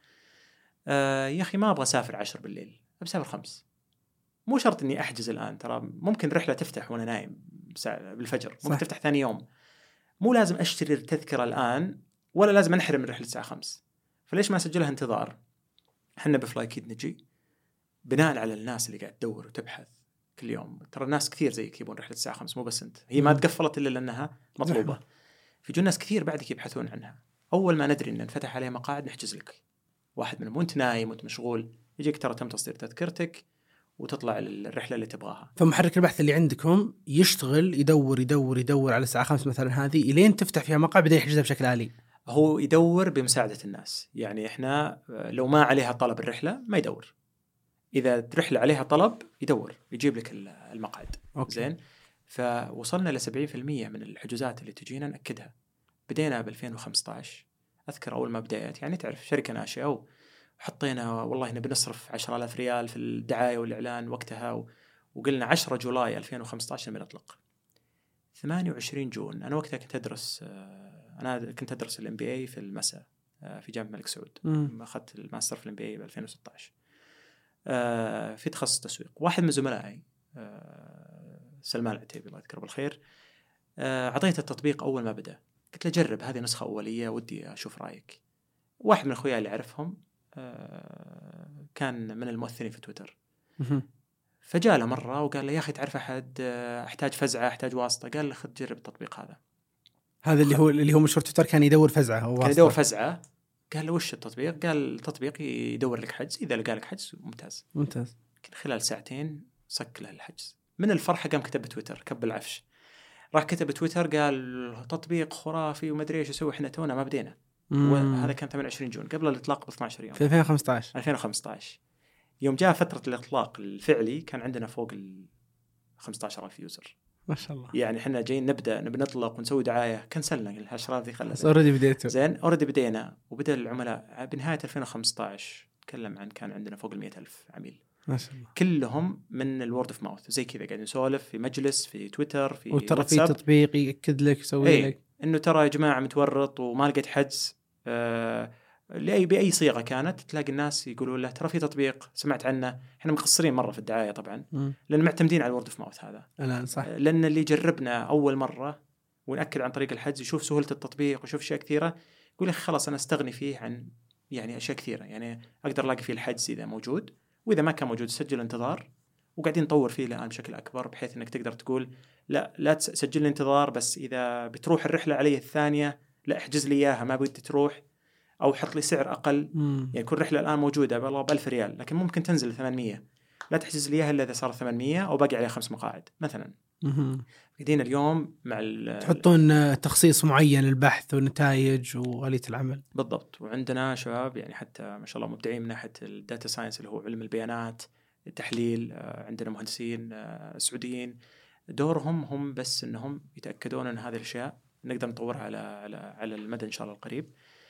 آه يا أخي ما أبغى أسافر عشر بالليل، أبسافر خمس. مو شرط إني أحجز الآن، ترى ممكن رحلة تفتح وأنا نايم بالفجر، ممكن صح. تفتح ثاني يوم. مو لازم أشتري التذكرة الآن ولا لازم أنحرم من رحلة الساعة خمس. فليش ما أسجلها انتظار؟ حنا بفلاي أكيد نجي بناء على الناس اللي قاعد تدور وتبحث كل يوم. ترى الناس كثير زيك يبون رحلة الساعة خمس، مو بس أنت. هي ما تقفلت إلا لأنها مطلوبة. في جو ناس كثير بعدك يبحثون عنها. أول ما ندري إن نفتح عليها مقاعد نحجز لك واحد منهم وأنت نايم وأنت مشغول، يجيك ترى تم تصدير تذكرتك وتطلع الرحلة اللي تبغاها. فمحرك البحث اللي عندكم يشتغل يدور يدور يدور على الساعة خمس مثلا هذه إلين تفتح فيها مقاعد بدأ يحجزها بشكل آلي. هو يدور بمساعدة الناس. يعني إحنا لو ما عليها طلب الرحلة ما يدور، إذا رحلة عليها طلب يدور يجيب لك المقعد. أوكي. زين. فوصلنا لسبعين في المية من الحجوزات اللي تجينا نأكدها. بدينا بألفين وخمسة عشر أذكر أول ما بدأت، يعني تعرف شركة ناشئة، وحطينا والله نبي نصرف عشرة آلاف ريال في الدعاية والإعلان وقتها، وقلنا عشرة جولاي ألفين وخمسة عشر نبي نطلق. ثمانية وعشرين جون أنا وقتها كنت أدرس أنا كنت أدرس الإم بي إيه في المساء في جامعة الملك سعود. أخذت الماستر في الإم بي إيه ب ألفين وستة عشر في تخصص تسويق. واحد من زملائي سلمان العتيبي الله يذكره بالخير عطيته التطبيق أول ما بدأ، قلت له جرب هذه نسخة أولية ودي أشوف رأيك. واحد من أخوياي اللي أعرفهم كان من المؤثرين في تويتر، فجاء له مرة وقال له يا أخي تعرف أحد أحتاج فزعة أحتاج واسطة؟ قال له خذ جرب التطبيق هذا. هذا اللي هو اللي هو مشهور تويتر كان يدور فزعة أو واسطة. كان يدور فزعة. قال له وش التطبيق؟ قال التطبيق يدور لك حجز، إذا لقى لك حجز ممتاز ممتاز. خلال ساعتين صك له الحجز. من الفرحة قام كتب تويتر كب العفش، راح كتب تويتر قال تطبيق خرافي وما أدري إيش يسوي، إحنا تونا ما بدينا. وهذا كان ثمانية وعشرين جون قبل الإطلاق ب اثنا عشر يوم في ألفين وخمسة عشر. ألفين وخمسة عشر يوم جاء فترة الإطلاق الفعلي كان عندنا فوق ال خمسة عشر ألف يوزر ما شاء الله. يعني إحنا جايين نبدأ نبي نطلق ونسوي دعاية كنسلنا الحشرات ذي خلص. أوريدي بديتوا. زين أوريدي بدينا وبدأ العملاء بنهاية ألفين وخمسة عشر تكلم عن كان عندنا فوق المئة ألف عميل ما شاء الله. كلهم من الورد اوف ماوث زي كذا قاعدين نسولف في مجلس في تويتر في وترى في تطبيق يأكد لك يسوي ايه لك إنه ترى يا جماعة متورط وما لقيت حجز آه لأي بأي صيغة كانت، تلاقي الناس يقولون له ترى في تطبيق سمعت عنه. إحنا مقصرين مرة في الدعاية طبعا م. لأن معتمدين على الورد اوف ماوث هذا. لا صح. لأن اللي جربنا أول مرة ونأكد عن طريق الحجز يشوف سهولة التطبيق ويشوف أشياء كثيرة يقول لك خلاص أنا استغني فيه عن يعني أشياء كثيرة، يعني أقدر ألاقي فيه الحجز إذا موجود، وإذا ما كان موجود سجل انتظار. وقاعدين نطور فيه الآن بشكل أكبر بحيث إنك تقدر تقول لا لا تسجل انتظار، بس إذا بتروح الرحلة علي الثانية لا احجز لي إياها ما بدي تروح، أو حط لي سعر أقل. مم. يعني كل رحلة الآن موجودة والله بألف ريال لكن ممكن تنزل ثمانمية، لا تحجز لي إياها إلا إذا صار ثمانمية أو باقي عليها خمس مقاعد مثلا. قاعدين اليوم مع تحطون تخصيص معين للبحث والنتائج وآلية العمل. بالضبط. وعندنا شباب يعني حتى ما شاء الله مبدعين من ناحية الداتا ساينس اللي هو علم البيانات، التحليل. عندنا مهندسين سعوديين دورهم هم بس إنهم يتأكدون أن هذه الأشياء نقدر نطورها على على على المدى إن شاء الله القريب.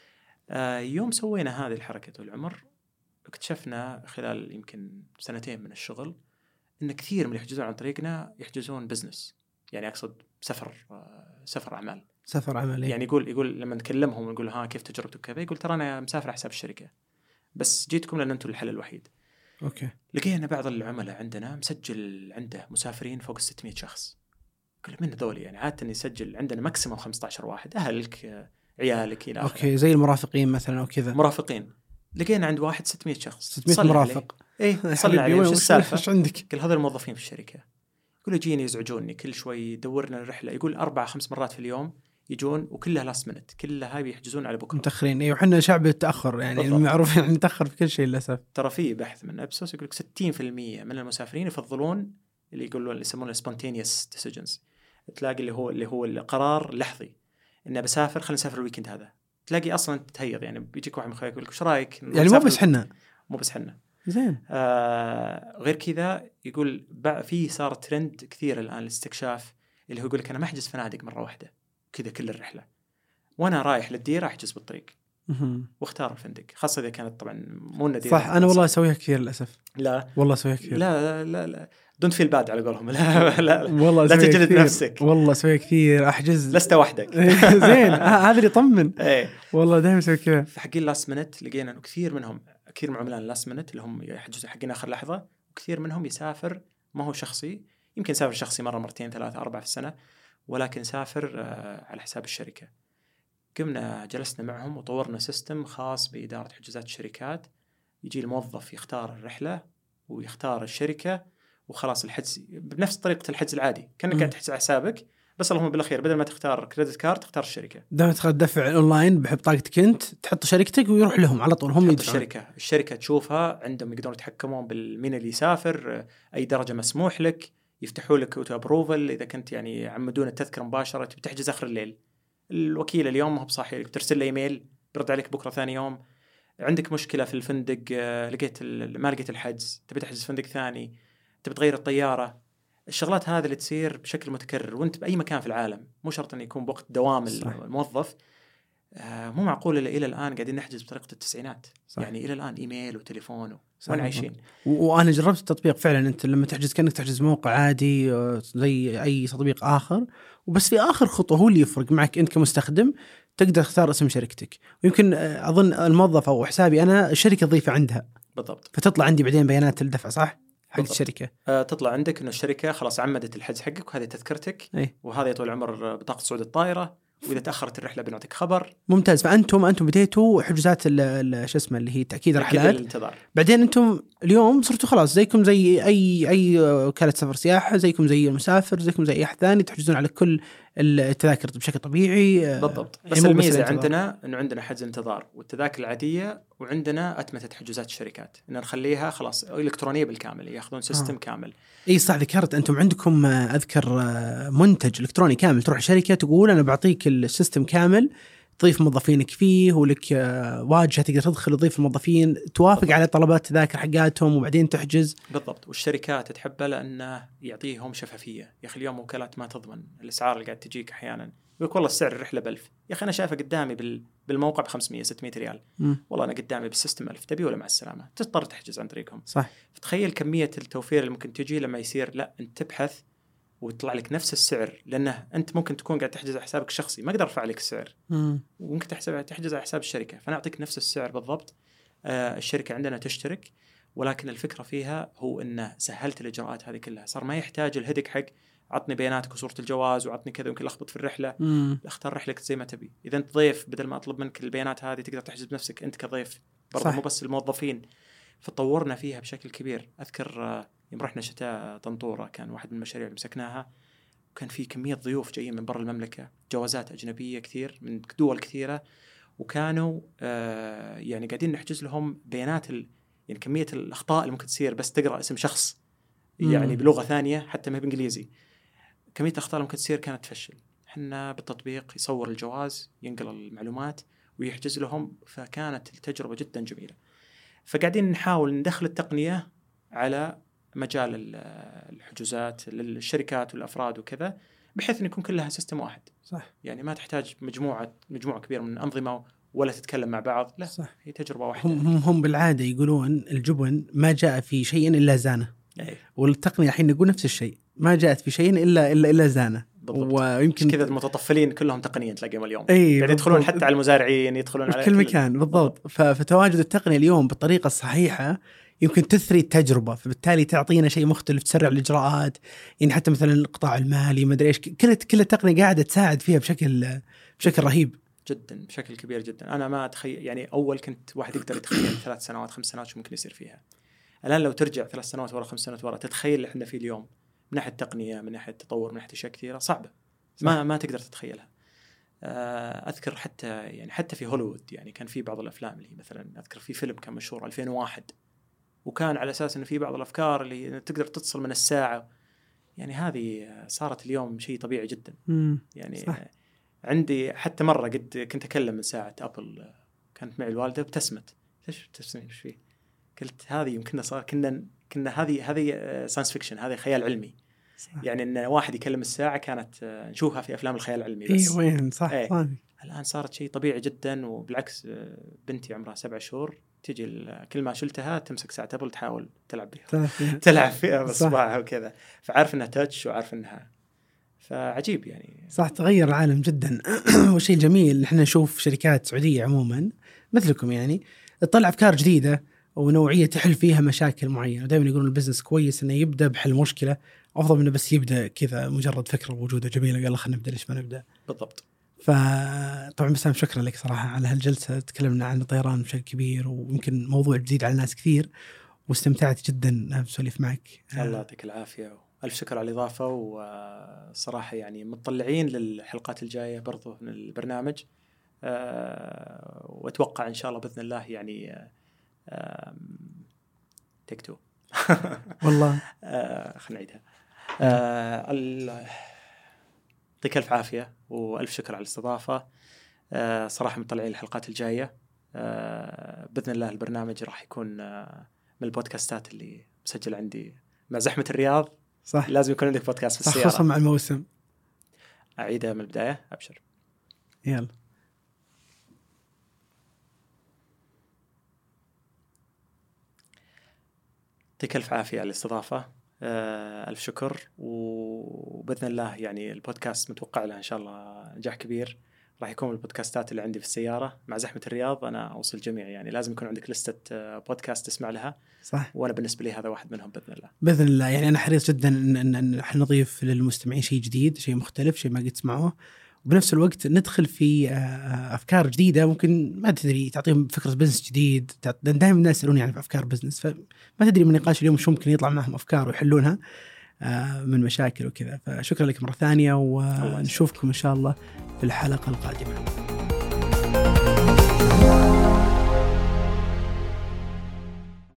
يوم سوينا هذه الحركة طول العمر اكتشفنا خلال يمكن سنتين من الشغل إن كثير من اللي يحجزون عن طريقنا يحجزون بزنس، يعني أقصد سفر سفر أعمال. سفر عملي يعني يقول يقول لما نكلمهم ونقول ها كيف تجربتك كذا، يقول ترى أنا مسافر على حساب الشركة بس جيتكم لأن أنتم الحل الوحيد. أوكي. لقينا بعض العملاء عندنا مسجل عنده مسافرين فوق ستمائة شخص. كل من ذولي يعني عادة يسجل عندنا ماكسيموم خمسة عشر واحد، أهلك عيالك إلى آخره. أوكي زي المرافقين مثلا أو كذا. مرافقين. لقينا عند واحد ستمائة شخص. ستمائة مرافق. إيه صلى عليه. وش السالفة؟ إيش عندك؟ قال هذا الموظفين في الشركة. يقول يجيني يزعجوني كل شوي يدورنا الرحلة. يقول أربع خمس مرات في اليوم يجون وكلها لاست منت، كلها هاي بيحجزون على بكرة. متأخرين. أيوة وحنا شعب التأخر يعني المعروف يعني نتأخر في كل شيء للأسف. ترى في بحث من أبسوس يقول لك ستين بالمئة من المسافرين يفضلون اللي يقولون اللي يسمونه spontaneous decisions. تلاقي اللي هو اللي هو القرار لحظي إنه بسافر خلينا نسافر الويكند هذا. تلاقي أصلا تهيض يعني بيجيك واحد من خويك يقول لك وش رأيك؟ يعني مو بس حنا مو بس حنا زين. آه غير كذا يقول في صار ترند كثير الآن الاستكشاف اللي هو يقول لك أنا ما أحجز فنادق مرة واحدة كذا كل الرحلة، وأنا رايح للديرة أحجز بالطريق واختار الفندق، خاصة إذا كانت طبعا مو الديرة. صح. أنا والله أسويها كثير للأسف. لا والله أسويها كثير. لا لا لا دونت فيل باد على قولهم. لا لا والله لا تجلد نفسك. والله أسويها كثير. أحجز لست وحدك. زين هذا اللي يطمن. إيه والله دائما أسوي كذا. في حقين لاست منت لقينا إنه كثير منهم كثير من عملاء لاست منت اللي هم يحجزوا حقين آخر لحظة، وكثير منهم يسافر ما هو شخصي، يمكن يسافر شخصي مرة مرتين ثلاثة أربعة في السنة، ولكن سافر على حساب الشركة. قمنا جلسنا معهم وطورنا سيستم خاص بإدارة حجوزات الشركات. يجي الموظف يختار الرحلة ويختار الشركة وخلاص الحجز بنفس طريقة الحجز العادي كأنك قاعد تحجز على حسابك، بس اللهم بالأخير بدل ما تختار كريدت كارد تختار الشركة. دام تختار دفع أونلاين بحطاقتك أنت تحط شركتك ويروح لهم على طول هم يدفعون. الشركة الشركة تشوفها عندهم يقدرون يتحكمون بالمين اللي يسافر، أي درجة مسموح لك، يفتحوا لك أوتو أبروفل إذا كنت يعني عمدون التذكرة مباشرة بتحجز آخر الليل. الوكيل اليوم ما هو بصاحي ترسل له إيميل برد عليك بكرة ثاني يوم. عندك مشكلة في الفندق لقيت ما لقيت الحجز تبي تحجز فندق ثاني، تبي تغير الطيارة. الشغلات هذه اللي تصير بشكل متكرر وانت بأي مكان في العالم، مو شرط أن يكون بوقت دوام صح. الموظف آه مو معقول إلا إلى الآن قاعدين نحجز بطريقة التسعينات صح. يعني إلى الآن إيميل وتليفون وين عايشين. وأنا جربت التطبيق فعلا، أنت لما تحجز كأنك تحجز موقع عادي زي أي تطبيق آخر، وبس في آخر خطوة هو اللي يفرق معك أنت كمستخدم تقدر تختار اسم شركتك. ويمكن أظن الموظف أو حسابي أنا الشركة ضيفة عندها بالضبط، فتطلع عندي بعدين بيانات الدفع صح حق بالضبط. الشركة أه تطلع عندك إنه الشركة خلاص عمدت الحجز حقك وهذه تذكرتك أي. وهذا يطول العمر بطاقة صعود الطائرة، وإذا تأخرت الرحلة بنعطيك خبر. ممتاز. فأنتم أنتم بديتوا حجوزات شو اسمه اللي هي تأكيد رحلات الانتظار، بعدين أنتم اليوم صرتوا خلاص زيكم زي أي أي وكالة سفر سياحة، زيكم زي المسافر، زيكم زي أي أحد ثاني، تحجزون على كل التذاكر بشكل طبيعي. بالضبط. بس الميزة عندنا إنه عندنا حجز انتظار والتذاكر العادية، وعندنا أتمتة حجوزات الشركات إن نخليها خلاص إلكترونية بالكامل، يأخذون سيستم آه. كامل. إيه صح ذكرت أنتم عندكم أذكر منتج إلكتروني كامل، تروح شركة تقول أنا بعطيك السيستم كامل، تضيف موظفينك فيه ولك واجهة تقدر تدخل تضيف الموظفين، توافق بالضبط. على طلبات تذاكر حقاتهم وبعدين تحجز. بالضبط. والشركات تحبه لأنه يعطيهم شفافية. يا أخي اليوم وكالات ما تضمن الأسعار اللي قاعد تجيك أحيانا، يقول والله السعر الرحلة بألف، يا أخي أنا شايفه قدامي بال بالموقع بخمسمية ستمية ريال، م. والله أنا قدامي بالسيستم ألف، تبي ولا مع السلامة، تضطر تحجز عن طريقهم. صح. فتخيل كمية التوفير اللي ممكن تجي لما يصير لا أنت تبحث ويطلع لك نفس السعر، لأنه أنت ممكن تكون قاعد تحجز على حسابك الشخصي ما أقدر أرفع لك السعر، م. وممكن تحسب تحجز على حساب الشركة فنعطيك نفس السعر بالضبط. آه الشركة عندنا تشترك، ولكن الفكرة فيها هو إنه سهلت الإجراءات هذه كلها، صار ما يحتاج الهدك حق عطني بياناتك وصورة الجواز وعطني كذا يمكن لخبط في الرحلة. مم. اختار رحلتك زي ما تبي. إذا أنت ضيف بدل ما أطلب منك البيانات هذه تقدر تحجز بنفسك أنت كضيف برضه، مو بس الموظفين. فطورنا فيها بشكل كبير. أذكر يوم رحنا شتاء طنطورة كان واحد من المشاريع اللي مسكناها، وكان في كمية ضيوف جايين من برا المملكة، جوازات أجنبية كثير من دول كثيرة، وكانوا آه يعني قاعدين نحجز لهم بيانات ال يعني كمية الأخطاء اللي ممكن تصير بس تقرأ اسم شخص مم. يعني بلغة ثانية حتى ما بإنجليزي، كمية الأخطاء اللي ممكن تصير كانت تفشل. حنا بالتطبيق يصور الجواز، ينقل المعلومات ويحجز لهم، فكانت التجربة جدا جميلة. فقاعدين نحاول ندخل التقنية على مجال الحجوزات للشركات والأفراد وكذا، بحيث أن يكون كلها سيستم واحد. صح. يعني ما تحتاج مجموعة مجموعة كبيرة من الأنظمة ولا تتكلم مع بعض، لا صح. هي تجربة واحدة. هم هم هم بالعادة يقولون الجبن ما جاء في شيء إلا زانه. أي. والتقنية الحين نقول نفس الشيء، ما جاءت في شيء إلا إلا إلا زانه. ويمكن كذا المتطفلين كلهم تقنيا تلاقيهم اليوم أي يعني يدخلون حتى على المزارعين، يدخلون على كل مكان. بالضبط. فتواجد التقنية اليوم بالطريقة الصحيحة يمكن تثري التجربة، فبالتالي تعطينا شيء مختلف، تسرع الإجراءات. يعني حتى مثلا القطاع المالي ما أدري إيش، كل كل التقنية قاعدة تساعد فيها بشكل بشكل رهيب جدا، بشكل كبير جدا. أنا ما أتخيل يعني أول كنت واحد يقدر يتخيل ثلاث سنوات خمس سنوات شو ممكن يصير فيها. الآن لو ترجع ثلاث سنوات ورا خمس سنوات ورا تتخيل اللي إحنا فيه اليوم من ناحية التقنية، من ناحية التطور، من ناحية أشياء كثيرة صعبة ما ما تقدر تتخيلها. أذكر حتى يعني حتى في هوليوود يعني كان في بعض الأفلام اللي مثلا أذكر في فيلم كان مشهور ألفين وواحد، وكان على أساس إنه في بعض الأفكار اللي تقدر تتصل من الساعة، يعني هذه صارت اليوم شيء طبيعي جدا. يعني صح. عندي حتى مرة قد كنت أكلم من ساعة أبل، كانت معي الوالدة وابتسمت، إيش تبتسمين إيش فيه؟ قلت هذه يمكننا صار كنا كنا هذه هذه ساينس فيكشن، هذه خيال علمي. صح. يعني إن واحد يكلم الساعة كانت نشوفها في أفلام الخيال العلمي بس. إيه وين صح. إيه. صح. الآن صارت شيء طبيعي جدا، وبالعكس بنتي عمرها سبع شهور تجي كل ما شلتها تمسك ساعة أبل تحاول تلعب بها تلعب فيها بصباعها وكذا، فعارف إنها تاتش وعارف إنها، فعجيب يعني. صح، تغير العالم جدا. والشيء الجميل نحن نشوف شركات سعودية عموما مثلكم يعني تطلع أفكار جديدة ونوعية تحل فيها مشاكل معينة. ودائما يقولون البزنس كويس إنه يبدأ بحل مشكلة أفضل من بس يبدأ كذا مجرد فكرة موجودة جميلة قال خلنا نبدأ ليش ما نبدأ. بالضبط. فطبعا بسام شكرا لك صراحة على هالجلسة، تكلمنا عن الطيران بشكل كبير ويمكن موضوع جديد على الناس كثير، واستمتعت جدا بسولف معك. الله يعطيك العافية، ألف شكر على الإضافة. وصراحة يعني متطلعين للحلقات الجاية برضو من البرنامج، وأتوقع إن شاء الله بإذن الله يعني تكتو والله خلنا نعيدها. يعطيك ألف عافية وألف شكر على الاستضافة. صراحة متطلعين الحلقات الجاية بإذن الله. البرنامج راح يكون من البودكاستات اللي مسجل عندي مع زحمة الرياض. صح، لازم يكون عندك بودكاست في السيارة، خصوصا مع الموسم. أعيدها من البداية. أبشر. يلا. يعطيك ألف عافية على الاستضافة، ألف شكر. وبإذن الله يعني البودكاست متوقع له إن شاء الله نجاح كبير. راح يكون من البودكاستات اللي عندي في السيارة مع زحمة الرياض. أنا أوصل الجميع يعني لازم يكون عندك لستة بودكاست تسمع لها. صح. وأنا بالنسبة لي هذا واحد منهم بإذن الله. بإذن الله يعني أنا حريص جدا إن إن نضيف للمستمعين شيء جديد، شيء مختلف، شيء ما قد تسمعوه، وبنفس الوقت ندخل في أفكار جديدة ممكن ما تدري تعطيهم فكرة بزنس جديد. دائما الناس يسألوني عن أفكار بزنس، فما تدري من نقاش اليوم شو ممكن يطلع معهم أفكار ويحلونها من مشاكل وكذا. فشكرا لك مرة ثانية، ونشوفكم إن شاء الله في الحلقة القادمة.